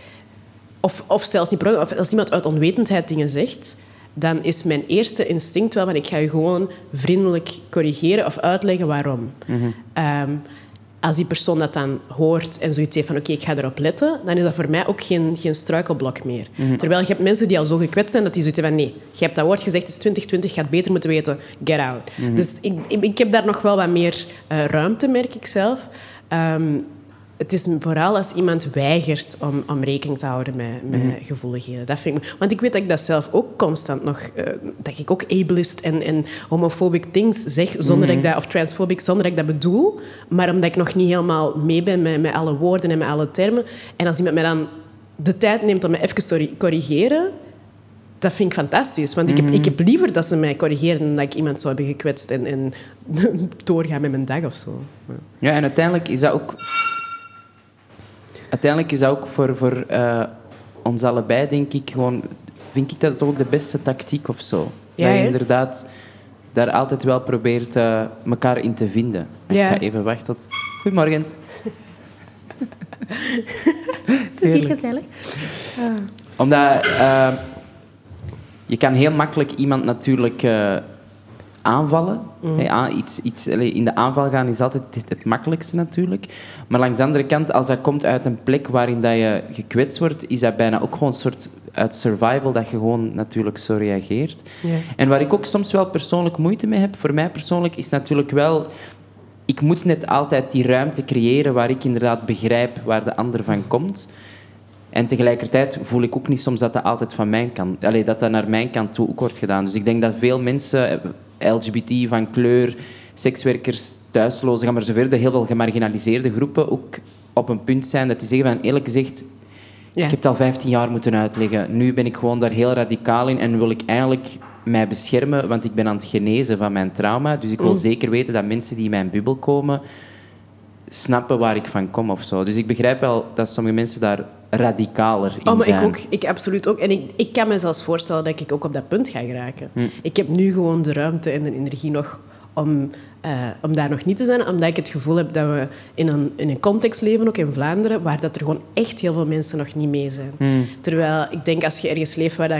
of, of zelfs niet per ongeluk, of als iemand uit onwetendheid dingen zegt, dan is mijn eerste instinct wel van ik ga je gewoon vriendelijk corrigeren of uitleggen waarom. Mm-hmm. Um, als die persoon dat dan hoort en zoiets heeft van oké, okay, ik ga erop letten, dan is dat voor mij ook geen, geen struikelblok meer. Mm-hmm. Terwijl je hebt mensen die al zo gekwetst zijn dat die zoiets hebben van nee, je hebt dat woord gezegd, het is twintig twintig, je gaat beter moeten weten, get out. Mm-hmm. Dus ik, ik, ik heb daar nog wel wat meer uh, ruimte, merk ik zelf. Um, Het is vooral als iemand weigert om, om rekening te houden met, met mm-hmm. gevoeligheden. Dat vind ik, want ik weet dat ik dat zelf ook constant nog... Uh, dat ik ook ableist en, en homophobic things zeg, zonder mm-hmm. dat ik dat, of transphobic, zonder dat ik dat bedoel. Maar omdat ik nog niet helemaal mee ben met, met alle woorden en met alle termen. En als iemand mij dan de tijd neemt om me even te corrigeren... Dat vind ik fantastisch. Want mm-hmm. ik, heb, ik heb liever dat ze mij corrigeren dan dat ik iemand zou hebben gekwetst en, en doorgaan met mijn dag of zo. Ja, ja en uiteindelijk is dat ook... Uiteindelijk is dat ook voor, voor uh, ons allebei, denk ik, gewoon... Vind ik dat het ook de beste tactiek of zo. Ja, dat je hè? inderdaad daar altijd wel probeert uh, elkaar in te vinden. Dus ja. Ik ga even wachten tot... Goedemorgen. Het is hier gezellig. Ah. Omdat... Uh, je kan heel makkelijk iemand natuurlijk... Uh, aanvallen. Mm. Hey, aan, iets, iets, in de aanval gaan is altijd het, het makkelijkste natuurlijk. Maar langs de andere kant, als dat komt uit een plek waarin dat je gekwetst wordt, is dat bijna ook gewoon een soort uit survival dat je gewoon natuurlijk zo reageert. Yeah. En waar ik ook soms wel persoonlijk moeite mee heb, voor mij persoonlijk, is natuurlijk wel... Ik moet net altijd die ruimte creëren waar ik inderdaad begrijp waar de ander van komt. En tegelijkertijd voel ik ook niet soms dat dat altijd van mijn kant... Allee, dat dat naar mijn kant toe ook wordt gedaan. Dus ik denk dat veel mensen... L G B T van kleur, sekswerkers, thuislozen, ga maar zo verder, heel veel gemarginaliseerde groepen ook op een punt zijn dat die zeggen van eerlijk gezegd, ja. ik heb het al vijftien jaar moeten uitleggen. Nu ben ik gewoon daar heel radicaal in en wil ik eigenlijk mij beschermen, want ik ben aan het genezen van mijn trauma. Dus ik wil mm. zeker weten dat mensen die in mijn bubbel komen snappen waar ik van kom of zo. Dus ik begrijp wel dat sommige mensen daar radicaler in oh, maar zijn. Ik ook. Ik absoluut ook. En ik, ik kan me zelfs voorstellen dat ik ook op dat punt ga geraken. Hm. Ik heb nu gewoon de ruimte en de energie nog om, uh, om daar nog niet te zijn, omdat ik het gevoel heb dat we in een, in een context leven, ook in Vlaanderen, waar dat er gewoon echt heel veel mensen nog niet mee zijn. Hm. Terwijl ik denk, als je ergens leeft waar dat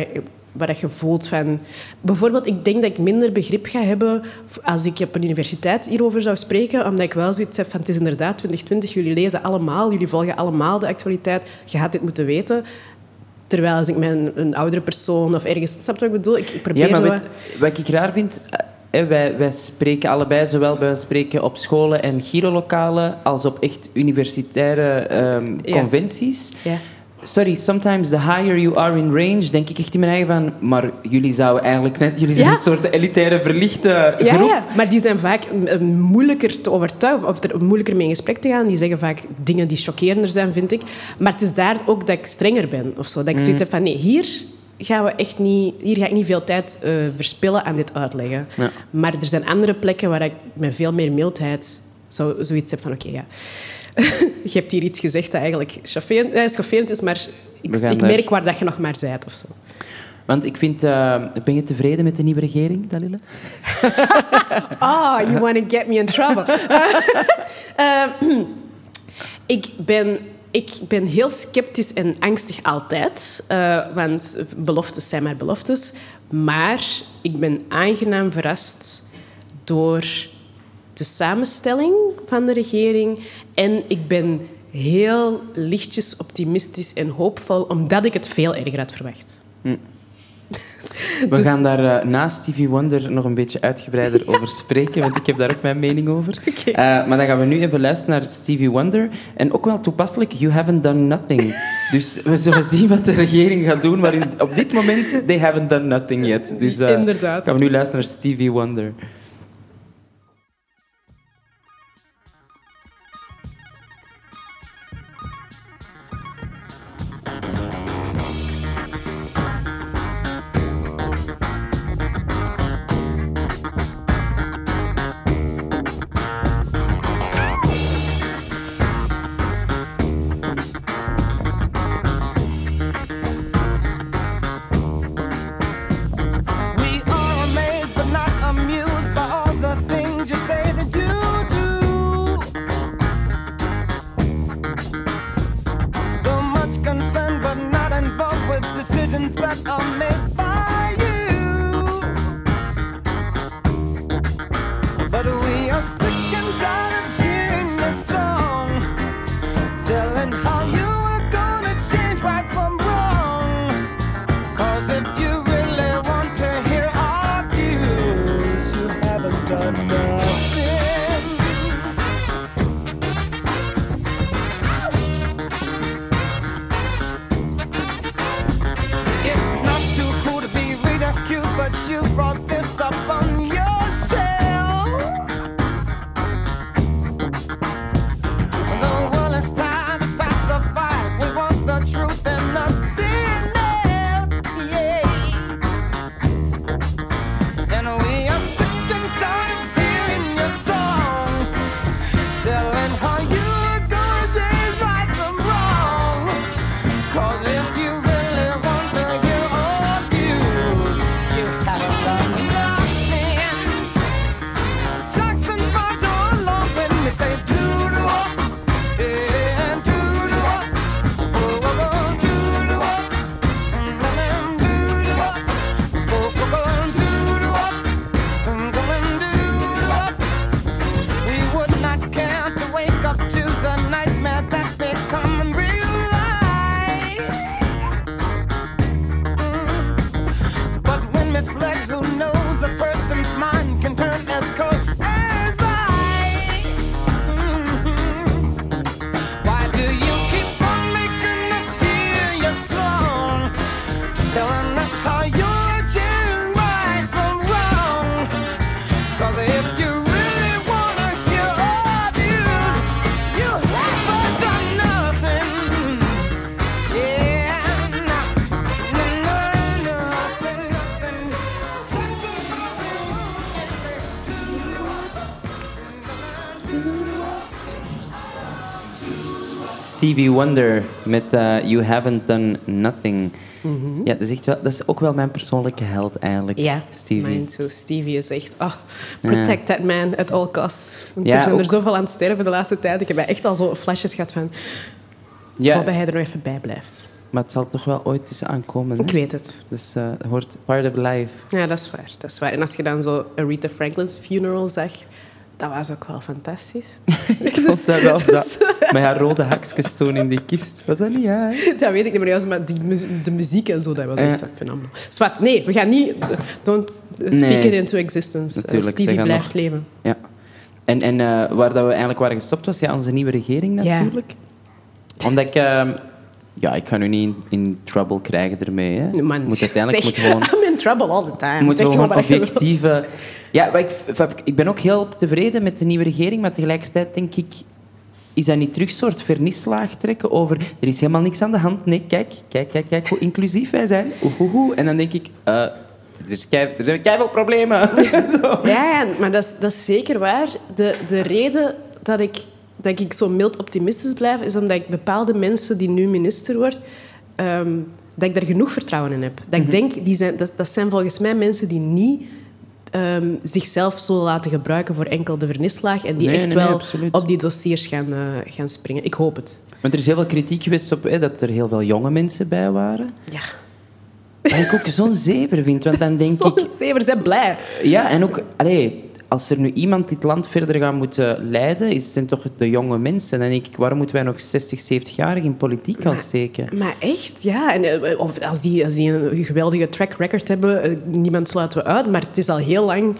waar dat je voelt van... Bijvoorbeeld, ik denk dat ik minder begrip ga hebben als ik op een universiteit hierover zou spreken, omdat ik wel zoiets heb van, het is inderdaad twintig twintig, jullie lezen allemaal, jullie volgen allemaal de actualiteit, je gaat dit moeten weten. Terwijl als ik met een, een oudere persoon of ergens... Snap je wat ik bedoel? Ik, ik probeer ja, maar zo... weet, wat ik raar vind... Eh, wij, wij spreken allebei zowel bij spreken op scholen en gyrolokalen als op echt universitaire um, Ja. conventies. Ja. Sorry, sometimes the higher you are in range, denk ik echt in mijn eigen van... Maar jullie zouden eigenlijk net... Jullie zijn Ja. een soort elitaire verlichte Ja, groep. ja, maar die zijn vaak uh, moeilijker te overtuigen of er moeilijker mee in gesprek te gaan. Die zeggen vaak dingen die chockerender zijn, vind ik. Maar het is daar ook dat ik strenger ben. Of zo. Dat ik zoiets heb van, nee, hier, gaan we echt niet, hier ga ik niet veel tijd uh, verspillen aan dit uitleggen. Ja. Maar er zijn andere plekken waar ik met veel meer mildheid zo, zoiets heb van, oké, okay, ja... je hebt hier iets gezegd dat eigenlijk chauffeerend, eh, schofferend is, maar ik, We gaan ik daar- merk waar dat je nog maar zijt of zo. Want ik vind... Uh, ben je tevreden met de nieuwe regering, Dalila? Oh, you want to get me in trouble. Uh, ik, ben, ik ben heel sceptisch en angstig altijd. Uh, want beloftes zijn maar beloftes. Maar ik ben aangenaam verrast door de samenstelling van de regering. En ik ben heel lichtjes optimistisch en hoopvol, omdat ik het veel erger had verwacht. We Dus- gaan daar uh, na Stevie Wonder nog een beetje uitgebreider over spreken, want ik heb daar ook mijn mening over. Oké. Uh, maar dan gaan we nu even luisteren naar Stevie Wonder. En ook wel toepasselijk, You Haven't Done Nothing. Dus we zullen zien wat de regering gaat doen, maar in, op dit moment, they haven't done nothing yet. Dus uh, Inderdaad. gaan we nu luisteren naar Stevie Wonder. We are amazed but not amused by all the things you say that you do. Though much concerned but not involved with decisions that are made by you. But we are sick and tired of hearing this song, telling how you are gonna change right from wrong. Cause if you really want to hear our views, you haven't done nothing. It's not too cool to be ridiculed, but you brought this up on yourself. The world is tired of pacify. We want the truth and nothing else. Yeah. And we are sick and tired of hearing your song, telling how you're gonna change right from wrong. Cause if you really want to hear our views, you haven't done nothing. Jackson brought you along when they say do-do-wop, and do-do-wop, oh, oh, oh, do-do-wop, and then do-do-wop, oh, oh, oh, do-do-wop, and then do-do-wop. We would not care to wake up to the nightmare that's becoming real life. Mm. But when misled, who knows a person's mind can turn as cold as ice. Mhm. Why do you keep on making us hear your song, telling us how you're changing right from wrong? Cause if you really wanna hear our views, you haven't done nothing. Yeah, no, no, no, nothing, nothing. Stevie Wonder met uh, You Haven't Done Nothing. Ja, dat is, echt wel, dat is ook wel mijn persoonlijke held eigenlijk, Ja, Stevie. mine too. Stevie is echt... Oh, protect that man at all costs. Want Ja, er zijn er ook- zoveel aan het sterven de laatste tijd. Ik heb echt al zo flashes gehad van... Ja, Hoop dat hij er nog even bij blijft. Maar het zal toch wel ooit eens aankomen. Hè? Ik weet het. Dus uh, het hoort part of life. Ja, dat is waar. Dat is waar. En als je dan zo Aretha Franklin's funeral zag, dat was ook wel fantastisch. Ik vond dat wel zo. Met haar rode hakjes toen in die kist. Was dat niet? Ja, dat weet ik niet meer. Juist, maar die muziek, de muziek en zo, dat was echt uh. fenomenaal. Zwat, nee, we gaan niet... Don't speak nee. it into existence. Natuurlijk, Stevie blijft nog... leven. Ja. En, en uh, waar dat we eigenlijk waren gestopt was ja, onze nieuwe regering natuurlijk. Ja. Omdat ik... Uh, ja, ik ga nu niet in, in trouble krijgen ermee. Hè. Man, moet uiteindelijk zeg, moet gewoon... I'm in trouble all the time. Moet gewoon objectieve... Ja, maar ik, ik ben ook heel tevreden met de nieuwe regering, maar tegelijkertijd denk ik... Is dat niet terug een soort vernislaag trekken over... Er is helemaal niks aan de hand. Nee, kijk, kijk, kijk, kijk hoe inclusief wij zijn. Oeh, oeh, oeh. En dan denk ik... Uh, er, is kei, er zijn keiveel problemen. Zo. Ja, maar dat is, dat is zeker waar. De, de reden dat ik, dat ik zo mild optimistisch blijf, is omdat ik bepaalde mensen die nu minister worden... Um, dat ik daar genoeg vertrouwen in heb. Dat mm-hmm. ik denk, die zijn, dat, dat zijn volgens mij mensen die niet... Um, zichzelf zullen laten gebruiken voor enkel de vernislaag en die nee, echt nee, wel nee, op die dossiers gaan, uh, gaan springen. Ik hoop het. Want er is heel veel kritiek geweest op hè, dat er heel veel jonge mensen bij waren. Ja. Wat ik ook zo'n zever vind, want dan denk zo'n ik... Zo'n zever, zijn blij. Ja, en ook... Allee, als er nu iemand dit land verder gaat moeten leiden, is het toch de jonge mensen. Dan denk ik, waarom moeten wij nog zestig, zeventig-jarigen in politiek gaan steken? Maar echt, ja. En, of als, die, als die een geweldige track record hebben, niemand sluiten we uit. Maar het is al heel lang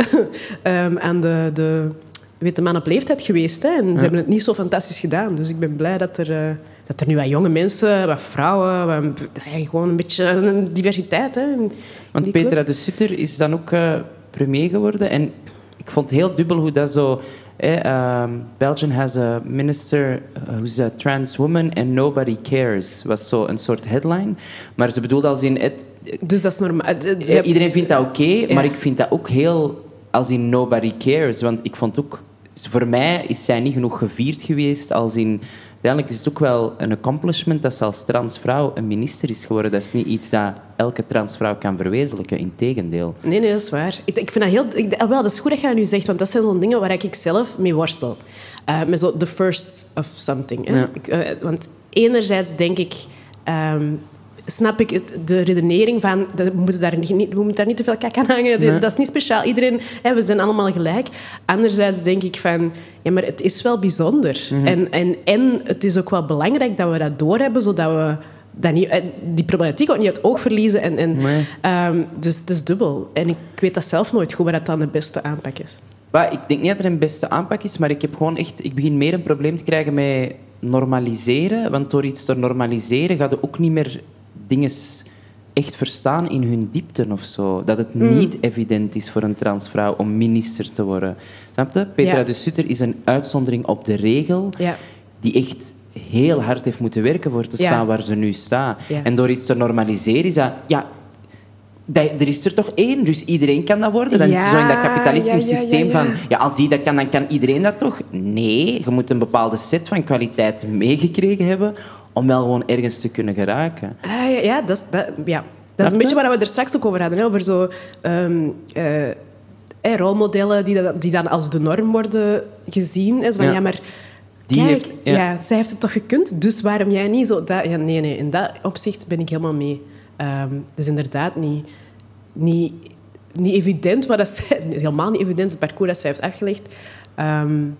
um, aan de, de witte man op leeftijd geweest. Hè. En ze ja. hebben het niet zo fantastisch gedaan. Dus ik ben blij dat er... Uh, dat er nu wat jonge mensen, wat vrouwen, wat, gewoon een beetje diversiteit. Hè, Want Petra de Sutter is dan ook uh, premier geworden. En ik vond het heel dubbel hoe dat zo... Eh, um, Belgium has a minister uh, who's a trans woman and nobody cares. Was zo een soort headline. Maar ze bedoelde als in... Het, dus dat is normaal. Uh, iedereen vindt dat oké, okay, ja. maar ik vind dat ook heel... Als in nobody cares. Want ik vond ook... Voor mij is zij niet genoeg gevierd geweest als in... Uiteindelijk is het ook wel een accomplishment dat ze als transvrouw een minister is geworden. Dat is niet iets dat elke transvrouw kan verwezenlijken. Integendeel. Nee, nee, dat is waar. Ik, ik vind dat heel... Ik, wel, dat is goed dat je dat nu zegt, want dat zijn zo'n dingen waar ik zelf mee worstel. Uh, met zo the first of something. Hè? Ja. Ik, uh, want enerzijds denk ik... Um, snap ik het, de redenering van... We moeten daar niet, we moeten daar niet te veel kak aan hangen. Nee. Dat is niet speciaal. Iedereen... Hè, we zijn allemaal gelijk. Anderzijds denk ik van... Ja, maar het is wel bijzonder. Mm-hmm. En, en, en het is ook wel belangrijk dat we dat doorhebben, zodat we... Dat niet, die problematiek ook niet uit het oog verliezen. En, en, nee. um, dus het is dubbel. En ik weet dat zelf nooit goed, wat dat dan de beste aanpak is. Maar ik denk niet dat er een beste aanpak is, maar ik heb gewoon echt... Ik begin meer een probleem te krijgen met normaliseren. Want door iets te normaliseren ga je ook niet meer dingen echt verstaan in hun diepte of zo. Dat het mm. niet evident is voor een transvrouw om minister te worden. Snap je? Petra ja. de Sutter is een uitzondering op de regel ja. die echt heel hard heeft moeten werken voor te staan ja. waar ze nu staat. Ja. En door iets te normaliseren is dat... Ja, dat, er is er toch één, dus iedereen kan dat worden. Dan ja, is het zo in dat kapitalistisch ja, ja, systeem ja, ja. van... Ja, als die dat kan, dan kan iedereen dat toch? Nee, je moet een bepaalde set van kwaliteiten meegekregen hebben om wel gewoon ergens te kunnen geraken. Ah, ja, ja, dat is, dat, ja. dat is een beetje waar we er straks ook over hadden. Hè? Over zo... Um, uh, eh, rolmodellen die, dat, die dan als de norm worden gezien. Hè? Zo van, ja. ja, maar... Die Kijk, heeft, ja. ja, zij heeft het toch gekund, dus waarom jij niet zo... Dat, ja, nee, nee, in dat opzicht ben ik helemaal mee. Um, dus inderdaad niet, niet, niet evident, maar dat zij, helemaal niet evident, het parcours dat zij heeft afgelegd. Um,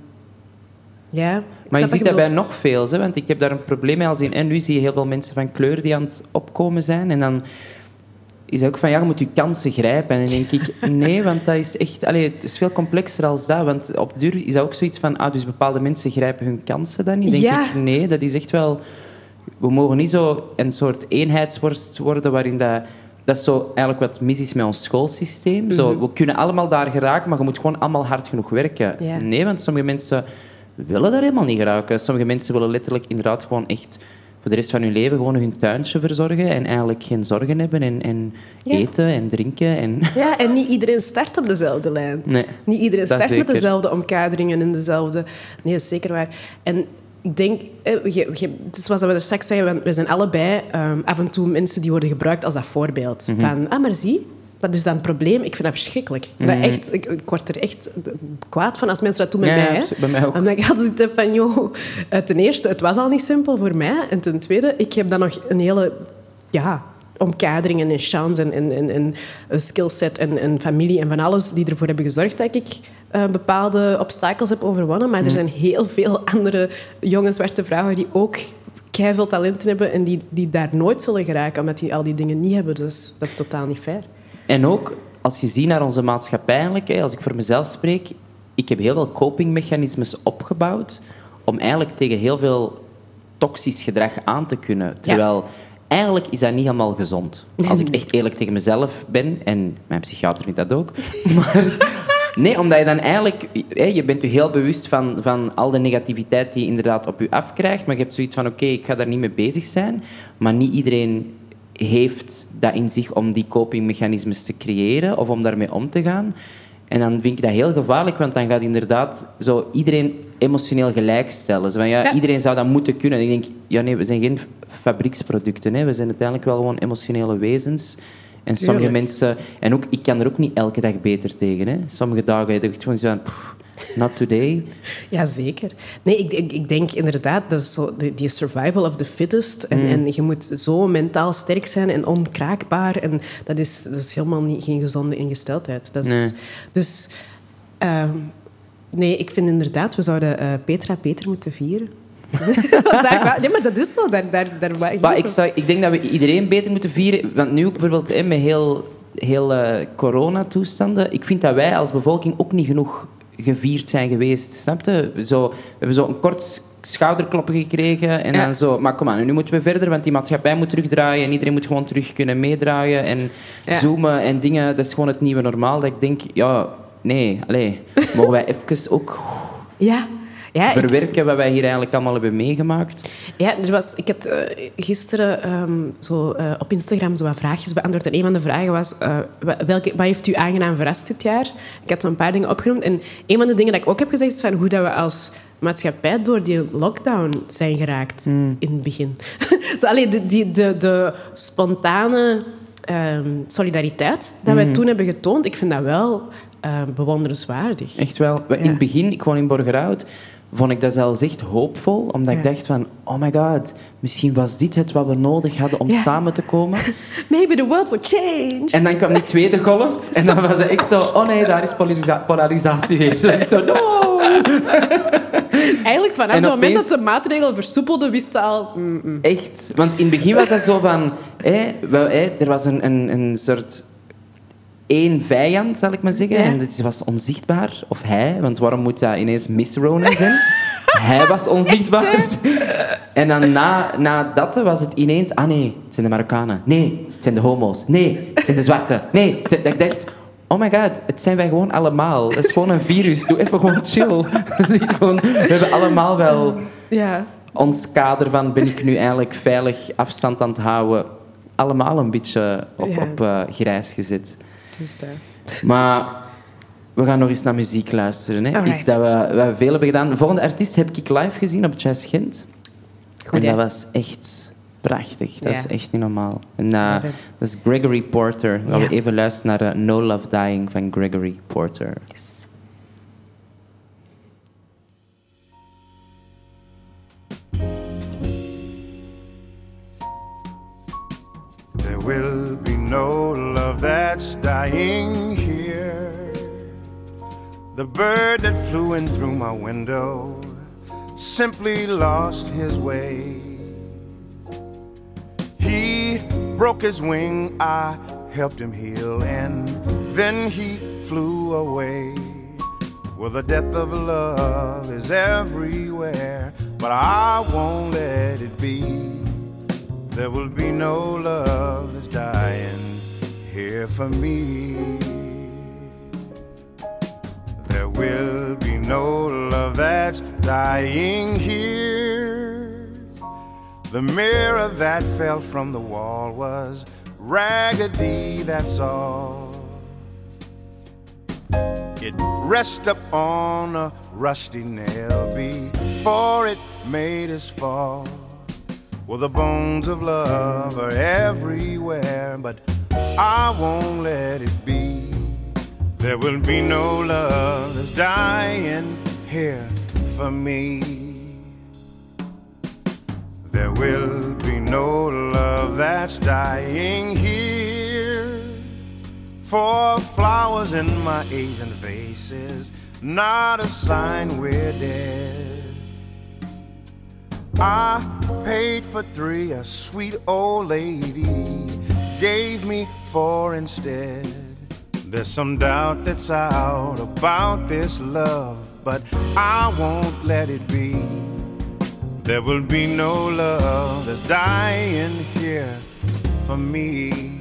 ja, maar je ziet dat bij nog veel, hè? Want ik heb daar een probleem mee als in... En nu zie je heel veel mensen van kleur die aan het opkomen zijn. En dan is het ook van, ja, je moet je kansen grijpen. En dan denk ik, nee, want dat is echt... Allee, het is veel complexer als dat. Want op de duur is dat ook zoiets van... Ah, dus bepaalde mensen grijpen hun kansen dan niet. Dan denk ja. ik, nee, dat is echt wel... We mogen niet zo een soort eenheidsworst worden waarin dat... Dat is zo eigenlijk wat mis is met ons schoolsysteem. Mm-hmm. Zo, we kunnen allemaal daar geraken, maar je moet gewoon allemaal hard genoeg werken. Ja. Nee, want sommige mensen willen daar helemaal niet geraken. Sommige mensen willen letterlijk inderdaad gewoon echt... voor de rest van hun leven gewoon hun tuintje verzorgen en eigenlijk geen zorgen hebben en, en ja. eten en drinken. En... Ja, en niet iedereen start op dezelfde lijn. Nee, niet iedereen start zeker. met dezelfde omkaderingen en dezelfde... Nee, dat is zeker waar. En ik denk... Het is zoals we er straks zeggen, we zijn allebei um, af en toe mensen die worden gebruikt als dat voorbeeld. Mm-hmm. Van, ah, maar zie, Wat is dan het probleem? Ik vind dat verschrikkelijk. Ik, vind dat echt, ik, ik word er echt kwaad van als mensen dat doen met Ja, mij. ja, Hè. bij mij ook. Omdat ik altijd heb van, joh, ten eerste, het was al niet simpel voor mij. En ten tweede, ik heb dan nog een hele... Ja, omkadering en een chance en, en, en, en een skillset en, en familie en van alles die ervoor hebben gezorgd dat ik uh, bepaalde obstakels heb overwonnen. Maar er zijn heel veel andere jonge zwarte vrouwen die ook keiveel talenten hebben en die, die daar nooit zullen geraken, omdat die al die dingen niet hebben. Dus dat is totaal niet fair. En ook, als je ziet naar onze maatschappij, eigenlijk, hè, als ik voor mezelf spreek, ik heb heel veel copingmechanismes opgebouwd om eigenlijk tegen heel veel toxisch gedrag aan te kunnen. Terwijl... Ja. Eigenlijk is dat niet helemaal gezond. Als ik echt eerlijk tegen mezelf ben, en mijn psychiater vindt dat ook. Maar nee, omdat je dan eigenlijk... Je bent je heel bewust van, van al de negativiteit die je inderdaad op je afkrijgt, maar je hebt zoiets van, oké, okay, ik ga daar niet mee bezig zijn. Maar niet iedereen heeft dat in zich om die copingmechanismes te creëren of om daarmee om te gaan. En dan vind ik dat heel gevaarlijk, want dan gaat inderdaad zo iedereen emotioneel gelijkstellen. Zo van, ja, ja. Iedereen zou dat moeten kunnen. En ik denk, ja nee, we zijn geen fabrieksproducten. Hè. We zijn uiteindelijk wel gewoon emotionele wezens. En sommige Tuurlijk. mensen... En ook, ik kan er ook niet elke dag beter tegen. Hè. Sommige dagen heb ik gewoon zo van... Pff, not today. Jazeker. Nee, ik, ik, ik denk inderdaad, dat is zo die, die survival of the fittest. En, mm. en je moet zo mentaal sterk zijn en onkraakbaar. En dat is, dat is helemaal niet, geen gezonde ingesteldheid. Dat is, nee. Dus... Uh, nee, ik vind inderdaad, we zouden uh, Petra beter moeten vieren. daar, nee, maar dat is zo. Daar, daar, daar, maar ik, zou, ik denk dat we iedereen beter moeten vieren. Want nu bijvoorbeeld hè, met heel, heel uh, coronatoestanden... Ik vind dat wij als bevolking ook niet genoeg gevierd zijn geweest. Snap je? Zo, we hebben zo een kort schouderkloppen gekregen. En ja. dan zo... Maar kom aan, nu moeten we verder. Want die maatschappij moet terugdraaien. En iedereen moet gewoon terug kunnen meedraaien. En ja. zoomen en dingen. Dat is gewoon het nieuwe normaal. Dat ik denk... Ja, nee, allez. Mogen wij even ook... Ja. Ja, verwerken ik... wat wij hier eigenlijk allemaal hebben meegemaakt. Ja, er was, ik had uh, gisteren um, zo, uh, op Instagram zo wat vraagjes beantwoord. En een van de vragen was, uh, welke, wat heeft u aangenaam verrast dit jaar? Ik had zo een paar dingen opgenoemd. En een van de dingen dat ik ook heb gezegd, is van hoe dat we als maatschappij door die lockdown zijn geraakt mm. in het begin. zo, allee, de, de, de, de spontane um, solidariteit dat mm. wij toen hebben getoond, ik vind dat wel uh, bewonderenswaardig. Echt wel. Ja. In het begin, ik woon in Borgerhout, vond ik dat zelfs echt hoopvol. Omdat ja. ik dacht van, oh my god, misschien was dit het wat we nodig hadden om ja. samen te komen. Maybe the world will change. En dan kwam die tweede golf. En dan was het echt zo, oh nee, daar is polarisatie, polarisatie weer. Dus ik zo, no! Eigenlijk vanaf het moment dat de maatregelen versoepelden, wist je al... Mm-mm. Echt. Want in het begin was dat zo van... Hé, wel, hé, er was een, een, een soort... één vijand, zal ik maar zeggen. Ja. En dat was onzichtbaar. Of hij, want waarom moet dat ineens Miss Rona zijn? Hij was onzichtbaar. En dan na, na dat was het ineens... Ah nee, het zijn de Marokkanen. Nee, het zijn de homo's. Nee, het zijn de zwarte. Nee, het, ik dacht... Oh my god, het zijn wij gewoon allemaal. Het is gewoon een virus. Doe even gewoon chill. gewoon, we hebben allemaal wel ja. ons kader van... Ben ik nu eigenlijk veilig afstand aan het houden? Allemaal een beetje op, ja. op uh, grijs gezet. Maar we gaan nog eens naar muziek luisteren. Hè? Iets dat we, we veel hebben gedaan. De volgende artiest heb ik live gezien op Jazz Gent. Goed, en dat ja. was echt prachtig. Dat ja. is echt niet normaal. En uh, dat is Gregory Porter. Dan gaan ja. we even luisteren naar uh, No Love Dying van Gregory Porter. Yes. There will be no love that's dying here. The bird that flew in through my window simply lost his way. He broke his wing, I helped him heal, and then he flew away. Well, the death of love is everywhere, but I won't let it be. There will be no love that's dying here for me. There will be no love that's dying here. The mirror that fell from the wall was raggedy, that's all. It rested up on a rusty nail before it made us fall. Well, the bones of love are everywhere, but I won't let it be. There will be no love that's dying here for me. There will be no love that's dying here. For flowers in my Asian faces, not a sign we're dead. I paid for three, a sweet old lady gave me four instead. There's some doubt that's out about this love, but I won't let it be. There will be no love that's dying here for me.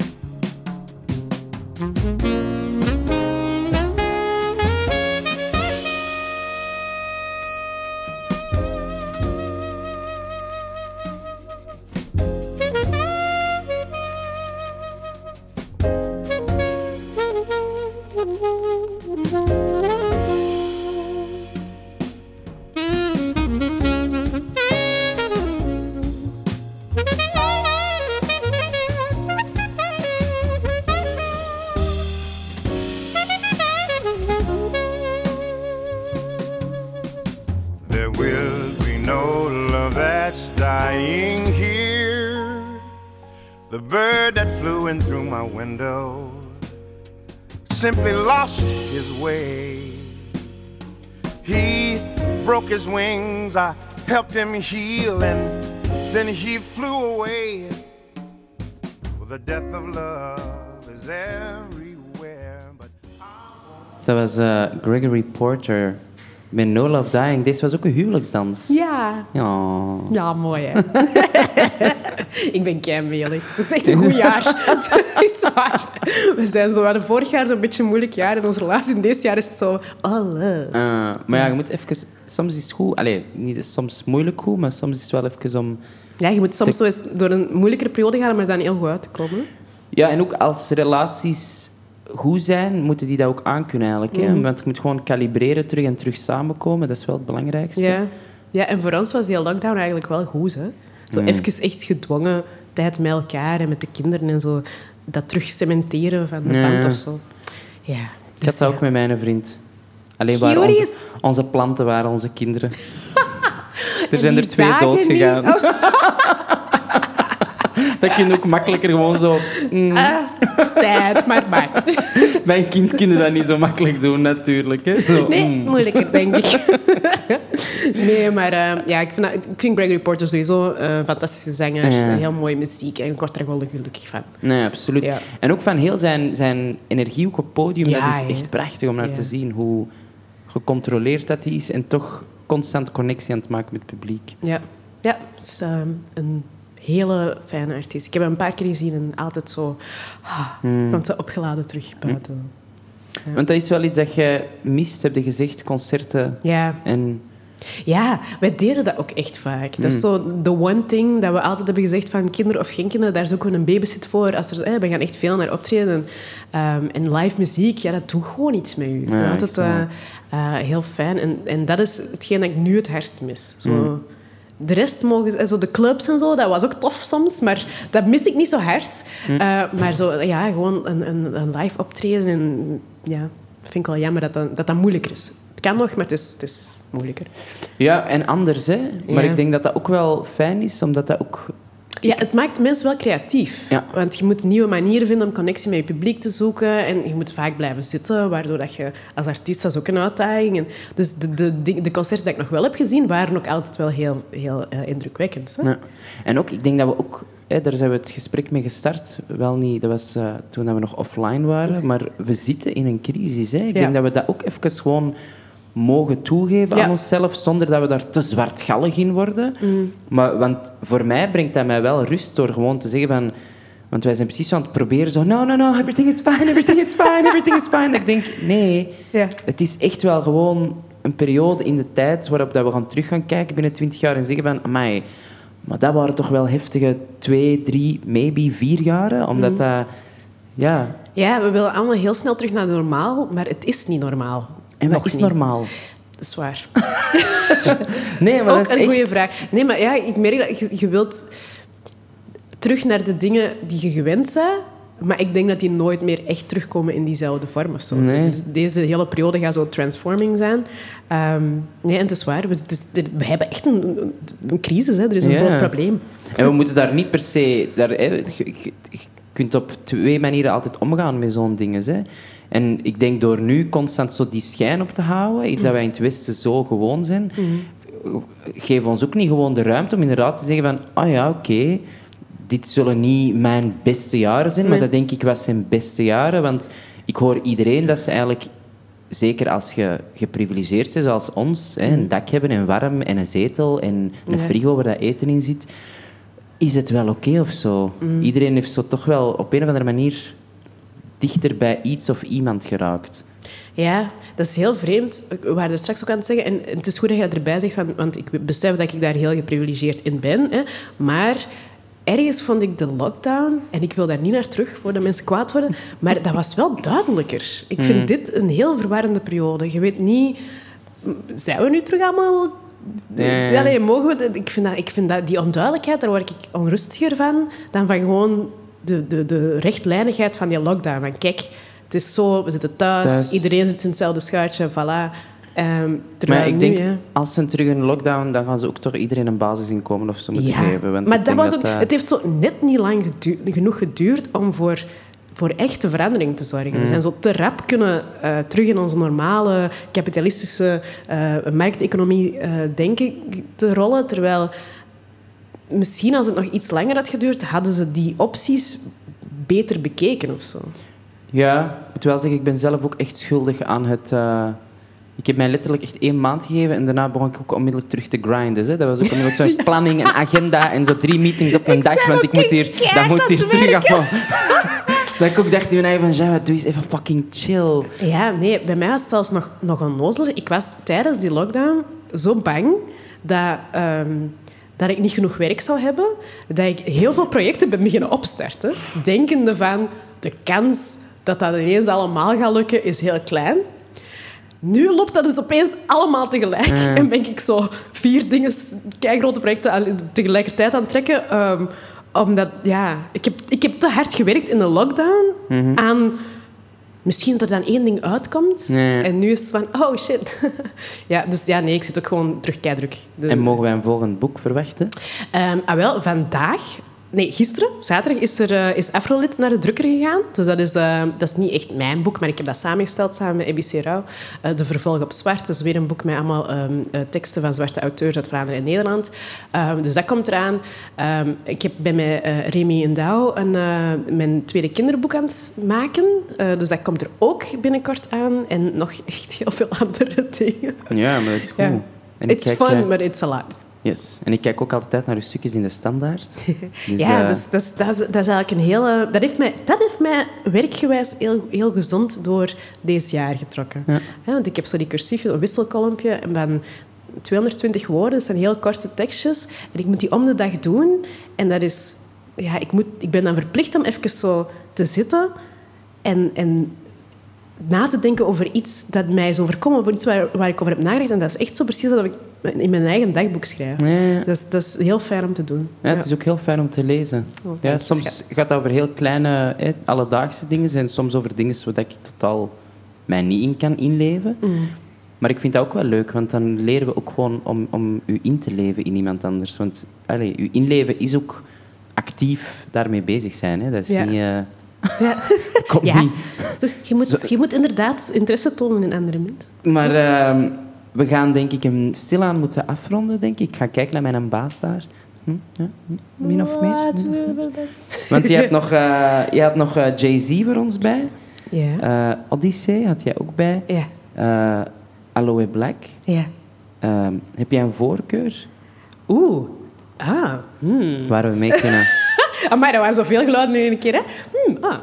There will be no love that's dying here. The bird that flew in through my window simply lost his way. He broke his wings, I helped him heal, and then he flew away. Well, the death of love is everywhere, but Dat was uh, Gregory Porter met No Love Dying. Deze was ook een huwelijksdans. Ja. Ja. Ja, mooi, hè. Ik ben keimelig. Dat is echt een goed jaar. Echt waar. We zijn zo, we hadden vorig jaar zo'n beetje een moeilijk jaar en onze relatie in deze jaar is het zo... Oh, love. Uh, maar ja, je moet even... Soms is het goed... Allee, niet soms moeilijk goed, maar soms is het wel even om... Ja, je moet soms zo eens door een moeilijkere periode gaan om er dan heel goed uit te komen. Ja, en ook als relaties goed zijn, moeten die dat ook aankunnen eigenlijk. Hè? Mm. Want je moet gewoon kalibreren terug en terug samenkomen. Dat is wel het belangrijkste. Ja. Ja, en voor ons was die lockdown eigenlijk wel goed, hè. Zo Mm. even echt gedwongen tijd met elkaar en met de kinderen en zo. Dat terug cementeren van de Ja. band of zo. Ja. Ik Dus had dat ook ja. met mijn vriend. Alleen waren Curious. onze, onze planten waren onze kinderen. Er zijn die er twee zagen dood niet. gegaan. Oh. Dat kun je ook makkelijker gewoon zo... Mm. Ah, sad, maar maar. Mijn kind kunnen dat niet zo makkelijk doen, natuurlijk. Hè. Zo, Nee, mm. moeilijker, denk ik. Nee, maar uh, ja, ik vind, dat, ik vind Gregory Porter sowieso een uh, fantastische zanger. Ja. Heel mooie muziek en ik word er gewoon gelukkig van. Nee, absoluut. Ja. En ook van heel zijn, zijn energie ook op het podium. Ja, dat is hè. echt prachtig om naar Ja. te zien. Hoe gecontroleerd dat hij is. En toch constant connectie aan het maken met het publiek. Ja, ja, het is uh, een hele fijne artiest. Ik heb hem een paar keer gezien en altijd zo... Ah, Hmm. komt ze opgeladen terug buiten. Ja. Want dat is wel iets dat je mist, heb je gezegd. Concerten Ja. en... Ja, wij deden dat ook echt vaak. Dat is zo de one thing dat we altijd hebben gezegd van kinderen of geen kinderen, daar zoeken we een babysit voor. Als er, eh, we gaan echt veel naar optreden. Um, en live muziek, ja, dat doet gewoon iets met u. Ik vind Ja, altijd echt uh, waar. uh, heel fijn. En, en dat is hetgeen dat ik nu het hardst mis. Zo, Mm. De rest mogen... eh, Zo de clubs en zo, dat was ook tof soms, maar dat mis ik niet zo hard. Mm. Uh, maar zo, ja, gewoon een, een, een live optreden. En, ja, vind ik wel jammer dat dat, dat dat moeilijker is. Het kan nog, maar het is, het is moeilijker. Ja, en anders, hè. Maar Ja. ik denk dat dat ook wel fijn is, omdat dat ook... Ja, het maakt mensen wel creatief. Ja. Want je moet nieuwe manieren vinden om connectie met je publiek te zoeken. En je moet vaak blijven zitten, waardoor dat je als artiest... Dat is ook een uitdaging. En dus de, de, de, de concerten die ik nog wel heb gezien, waren ook altijd wel heel, heel uh, indrukwekkend. Hè? Ja. En ook, ik denk dat we ook... Hè, daar zijn we het gesprek mee gestart. Wel niet, dat was uh, toen dat we nog offline waren. Maar we zitten in een crisis. Hè. Ik Ja. denk dat we dat ook even gewoon mogen toegeven Ja. aan onszelf, zonder dat we daar te zwartgallig in worden. Mm. Maar, want voor mij brengt dat mij wel rust door gewoon te zeggen van... Want wij zijn precies zo aan het proberen, zo... No, no, no, everything is fine, everything is fine, everything is fine. Dat ik denk, nee, Ja. het is echt wel gewoon een periode in de tijd waarop dat we gaan terug gaan kijken binnen twintig jaar en zeggen van... Amai, maar dat waren toch wel heftige twee, drie, maybe vier jaren. Omdat Mm. dat... Ja... Ja, we willen allemaal heel snel terug naar normaal, maar het is niet normaal. En wat Nog is niet. normaal? Dat is waar. Nee, maar Ook dat is een echt... goede vraag. Nee, maar ja, ik merk dat je, je wilt terug naar de dingen die je gewend bent. Maar ik denk dat die nooit meer echt terugkomen in diezelfde vorm of zo. Nee. Dus deze hele periode gaat zo transforming zijn. Um, nee, en het is waar. We, het is, we hebben echt een, een, een crisis. Hè. Er is een Ja. groot probleem. En we moeten daar niet per se... Daar, hè, je, je- je kunt op twee manieren altijd omgaan met zo'n dingen. Hè. En ik denk door nu constant zo die schijn op te houden, iets dat wij in het Westen zo gewoon zijn, geef ons ook niet gewoon de ruimte om inderdaad te zeggen van ah ja, oké, okay, dit zullen niet mijn beste jaren zijn, maar Nee. dat denk ik was zijn beste jaren. Want ik hoor iedereen dat ze eigenlijk... Zeker als je geprivilegeerd bent, zoals ons, hè, een dak hebben en warm en een zetel en een Ja. frigo waar dat eten in zit, is het wel oké of zo. Iedereen heeft zo toch wel op een of andere manier dichter bij iets of iemand geraakt. Ja, dat is heel vreemd. We waren er straks ook aan het zeggen. En het is goed dat je dat erbij zegt, van, want ik besef dat ik daar heel geprivilegeerd in ben. Hè, maar... Ergens vond ik de lockdown, en ik wil daar niet naar terug voordat mensen kwaad worden, maar dat was wel duidelijker. Ik vind dit een heel verwarrende periode. Je weet niet, zijn we nu terug allemaal... Ja, ja. Allee, mogen we... Ik vind, dat, ik vind dat die onduidelijkheid, daar word ik onrustiger van, dan van gewoon de, de, de rechtlijnigheid van die lockdown. Van kijk, het is zo, we zitten thuis, Thuis. iedereen zit in hetzelfde schuitje, voilà. Um, terwijl Maar ik nu, denk, ja. als ze terug een lockdown, dan gaan ze ook toch iedereen een basisinkomen of zo moeten Ja, geven. Want maar ik dat denk was ook, dat, het heeft zo net niet lang gedu- genoeg geduurd om voor, voor echte verandering te zorgen. We zijn zo te rap kunnen uh, terug in onze normale kapitalistische uh, markteconomie uh, denken te rollen, terwijl misschien als het nog iets langer had geduurd, hadden ze die opties beter bekeken of zo. Ja, ik moet wel zeggen, ik ben zelf ook echt schuldig aan het... Uh, ik heb mij letterlijk echt één maand gegeven en daarna begon ik ook onmiddellijk terug te grinden. Hè. Dat was ook onmiddellijk zo'n planning, een agenda en zo drie meetings op een Ik dag, ben want ook ik moet echt hier, dat keihard moet aan hier het terug werken. allemaal. Dat ik ook dacht in mijn eigen van, ja, doe eens even fucking chill. Ja, nee, bij mij was het zelfs nog, nog onnozeler. Ik was tijdens die lockdown zo bang dat, um, dat ik niet genoeg werk zou hebben, dat ik heel veel projecten ben beginnen opstarten, denkende van de kans dat dat ineens allemaal gaat lukken is heel klein. Nu loopt dat dus opeens allemaal tegelijk. Ja. En ben ik zo vier dingen, keigrote projecten aan- tegelijkertijd aan het trekken. Um, omdat, ja... Ik heb, ik heb te hard gewerkt in de lockdown Mhm. aan... Misschien dat er dan één ding uitkomt. Ja. En nu is het van, oh shit. Ja, dus ja, nee, ik zit ook gewoon terug keidruk. De- En mogen wij een volgend boek verwachten? Um, ah, wel, vandaag... Nee, gisteren, zaterdag, is, er, uh, is Afrolit naar de drukker gegaan. Dus dat is, uh, dat is niet echt mijn boek, maar ik heb dat samengesteld samen met E B C Rauw. Uh, de Vervolg op Zwart. Dus weer een boek met allemaal um, uh, teksten van zwarte auteurs uit Vlaanderen en Nederland. Um, dus dat komt eraan. Um, ik heb bij mij uh, Remy en Douw een, uh, mijn tweede kinderboek aan het maken. Uh, dus dat komt er ook binnenkort aan. En nog echt heel veel andere dingen. Ja, maar dat is goed. Ja. En ik It's kijk, fun, eh, but it's a lot. Yes. En ik kijk ook altijd naar uw stukjes in de Standaard. Dus, Ja, eh, dus, dat, is, dat, is, dat is eigenlijk een hele... Dat heeft mij, dat heeft mij werkgewijs heel, heel gezond door deze jaar getrokken. Ja. Ja, want ik heb zo die cursief, een wisselkolompje, en van tweehonderdtwintig woorden, dat zijn heel korte tekstjes. En ik moet die om de dag doen. En dat is... Ja, ik, moet, ik ben dan verplicht om even zo te zitten en... en na te denken over iets dat mij is overkomen, over iets waar, waar ik over heb nagedacht. En dat is echt zo precies dat ik in mijn eigen dagboek schrijf. Ja, ja. Dat, is, dat is heel fijn om te doen. Ja, het is ook heel fijn om te lezen. Oh, ja, dank je, soms schat. gaat het over heel kleine, hè, alledaagse dingen en soms over dingen waar ik totaal mij niet in kan inleven. Mm. Maar ik vind dat ook wel leuk, want dan leren we ook gewoon om, om u in te leven in iemand anders. Want allez, uw inleven is ook actief daarmee bezig zijn. Hè. Dat is Ja. niet... eh, Ja. komt Ja. niet. Je moet, Zo- je moet inderdaad interesse tonen in andere mensen. Maar ehm, we gaan denk ik hem stilaan moeten afronden, denk ik. Ik ga kijken naar mijn baas daar. Hm? Ja? Hm? Min of meer? Min of meer? Want je hebt nog, eh, je had nog eh, Jay-Z voor ons bij. Ja. Eh, Odyssey had jij ook bij. Ja. Eh, Aloe Black. Ja. Ehm, heb jij een voorkeur Oeh. Ah. Hmm. waar we mee kunnen? Amai, dat waren zoveel geluiden nu in een keer, hè? Hmm. Ah.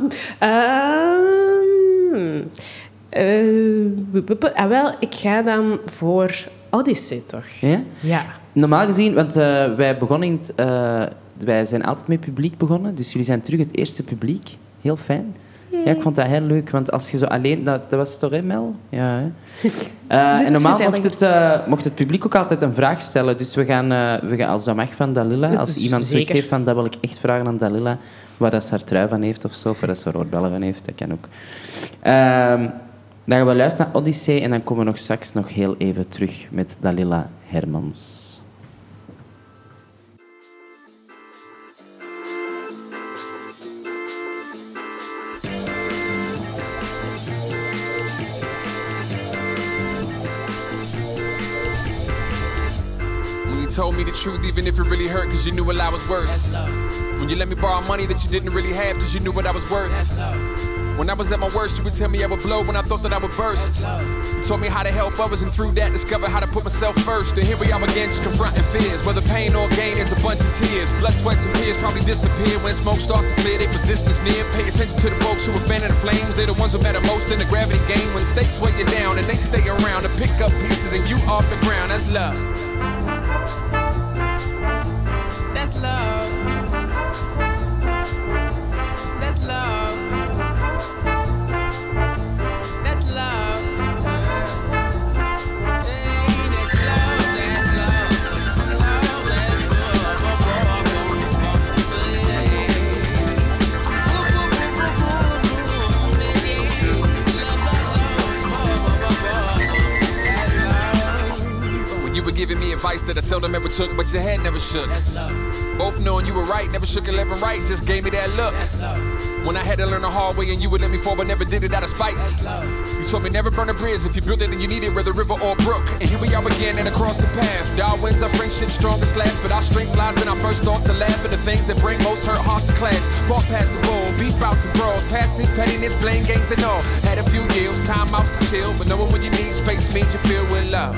Ehm. Eh, bup, bup, bup. Ah, wel, ik ga dan voor Odyssey, toch? Ja? Ja. Normaal gezien, want eh, wij begonnen in het, eh, wij zijn altijd met publiek begonnen, dus jullie zijn terug het eerste publiek. Heel fijn. Ja, ik vond dat heel leuk, want als je zo alleen... Dat, dat was toch, hè, Mel? Ja, hè? Uh, Dit en is normaal gezellig. mocht het, uh, mocht het publiek ook altijd een vraag stellen. Dus we gaan, uh, we gaan als dat mag van Dalila, Dat als is iemand zoiets zeker. heeft van dat wil ik echt vragen aan Dalila, waar dat ze haar trui van heeft of zo, of waar dat ze haar oorbellen van heeft, dat kan ook. Um, dan gaan we luisteren naar Odyssee en dan komen we nog straks nog heel even terug met Dalila Hermans. You told me the truth even if it really hurt cause you knew what I was worth. When you let me borrow money that you didn't really have cause you knew what I was worth. When I was at my worst you would tell me I would blow when I thought that I would burst. You told me how to help others and through that discover how to put myself first. And here we are again just confronting fears. Whether pain or gain is a bunch of tears. Blood, sweat and tears probably disappear when smoke starts to clear, their resistance near. Pay attention to the folks who are fanning the flames. They're the ones who matter most in the gravity game. When stakes weigh you down and they stay around to pick up pieces and you off the ground. That's love. That's love. That's love. That's love. Hey, that's love. That's love. That's love. That's love. When you were giving me advice that I seldom ever took, but your head never shook. That's love. Both knowing you were right, never shook a left and right, just gave me that look. When I had to learn the hard way and you would let me fall, but never did it out of spite. You told me never burn a bridge if you built it and you need it, whether river or brook. And here we are again and across the path. Darwin's our friendship strongest last, but our strength lies in our first thoughts to laugh at the things that bring most hurt hearts to clash. Fought past the bowl, beef bouts and brawls, passing pettiness, blame games and all. Had a few years, time out to chill, but knowing when you need space means you feel with love.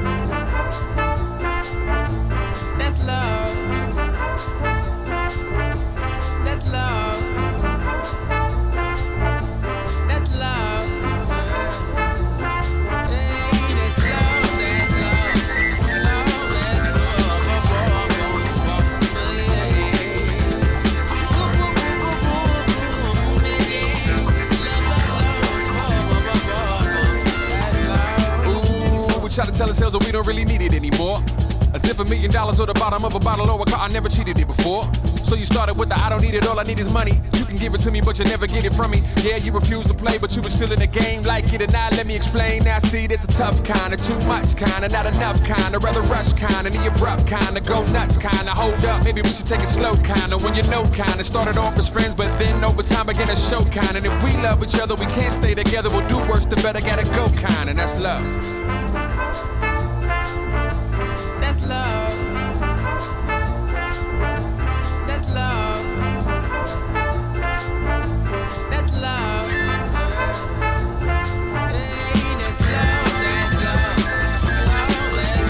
That's love. That's love. That's love. Hey, that's love. That's love. That's love. That's love. Ooh, we try to tell ourselves that we don't really need it anymore. As if a million dollars or the bottom of a bottle or a car, I never cheated it before. So you started with the I don't need it, all I need is money. You can give it to me, but you never get it from me. Yeah, you refuse to play, but you were still in the game. Like it or not, let me explain. Now see, there's a tough kind, of too much kind, of not enough kind, of rather rush kind, of the abrupt kind, of go nuts kind, of hold up, maybe we should take it slow kind, of when you know kind, of started off as friends, but then over time began to show kind. And if we love each other, we can't stay together, we'll do worse, the better gotta go kind, and that's love. That's love. That's love. That's love. Hey, that's love. That's love. That's love. That's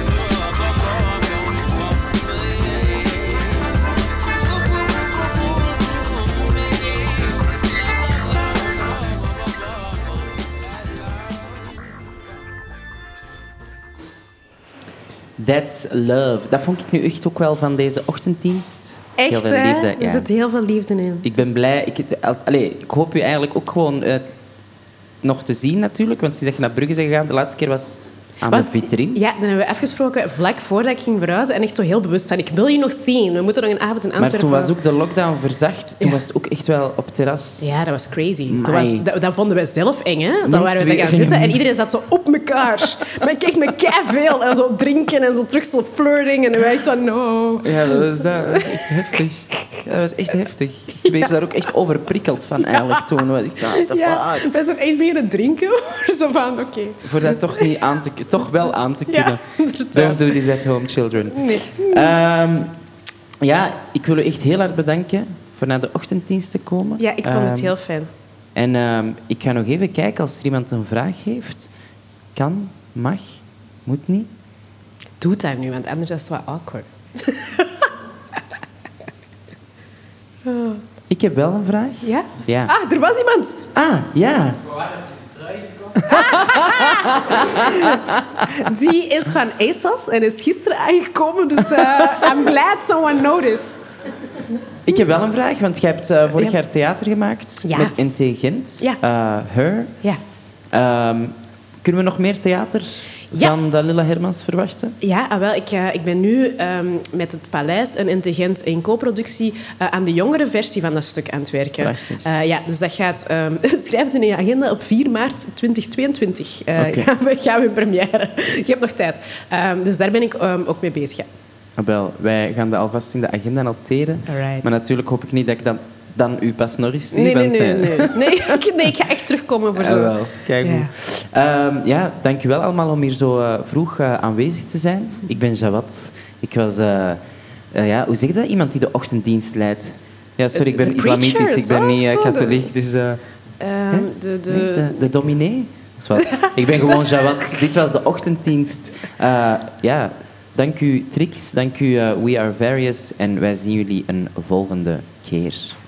That's love. Dat vond ik nu echt ook wel van deze ochtenddienst. Echt, heel veel hè? liefde. Er Ja. zit heel veel liefde in. Ik ben blij. Ik, als, allez, ik hoop je eigenlijk ook gewoon uh, nog te zien natuurlijk. Want sinds dat je naar Brugge bent gegaan, de laatste keer was aan Was- de Vitrin. Ja, dan hebben we afgesproken vlak voordat ik ging verhuizen. En echt zo heel bewust van, ik wil je nog zien. We moeten nog een avond in Maar Antwerpen. toen was ook de lockdown verzacht. Toen Ja. was het ook echt wel op terras. Ja, dat was crazy. Dat, Amai. was, dat, dat vonden wij zelf eng, hè? Dan Mensen waren we daar gaan weer- zitten en iedereen zat zo op elkaar. Maar ik kreeg me keiveel. En zo drinken en zo terug zo flirting. En wij zo, no. Ja, dat was, dat was echt heftig. Ja, dat was echt heftig. Ik werd daar ook echt overprikkeld van eigenlijk toen. Dat was echt zo, what the Ja, fuck? wij zijn echt beginnen drinken. Zo van, oké. Voor dat toch, niet aan te, toch wel aan te Ja, kunnen. inderdaad. Don't do this at home, children. Nee. Ehm, ja, ik wil u echt heel hard bedanken voor naar de ochtenddienst te komen. Ja, ik vond het Ehm, heel fijn. En ehm, ik ga nog even kijken als er iemand een vraag heeft. Kan, mag, moet niet. Doe dat nu, want anders is het wat awkward. Ik heb wel een vraag. Ja? Ja. Ah, er was iemand. Ah, ja. Die is van ASOS en is gisteren aangekomen. Dus uh, I'm glad someone noticed. Ik heb wel een vraag, want je hebt eh, vorig Ja. jaar theater gemaakt Ja. met N T Gent. Ja. Eh, Her. Ja. Ehm, kunnen we nog meer theater Ja. van Dalila Hermans verwachten? Ja, ah, wel, ik, uh, ik ben nu um, met het Paleis en in Gent in co-productie uh, aan de jongere versie van dat stuk aan het werken. Prachtig. Uh, ja, dus dat gaat... Um, schrijf het in je agenda. Op vier maart tweeëntwintig tweeëntwintig uh, Okay. gaan, we, gaan we in première. Je hebt nog tijd. Um, dus daar ben ik um, ook mee bezig. Ja. Ah, wel, wij gaan dat alvast in de agenda noteren. Alright. Maar natuurlijk hoop ik niet dat ik dan, dan u pas nog eens zie. Nee, nee, want, nee, eh, nee. Nee, ik, nee, ik ga echt terugkomen voor Ah, zo. wel. Kijk goed. Ja. Um, ja, dank u wel allemaal om hier zo uh, vroeg uh, aanwezig te zijn. Ik ben Jawad. Ik was... Uh, uh, ja, hoe zeg je dat? Iemand die de ochtenddienst leidt. Ja, sorry, ik ben De islamitisch. preacher, Ik ben toch? niet uh, Zo, de- katholiek, dus... Uh, Um, de, de, nee, de, de dominee? Dat is wat. Ik ben gewoon Jawad. Dit was de ochtenddienst. Uh, ja, dank u Trix, dank u uh, We Are Various. En wij zien jullie een volgende keer.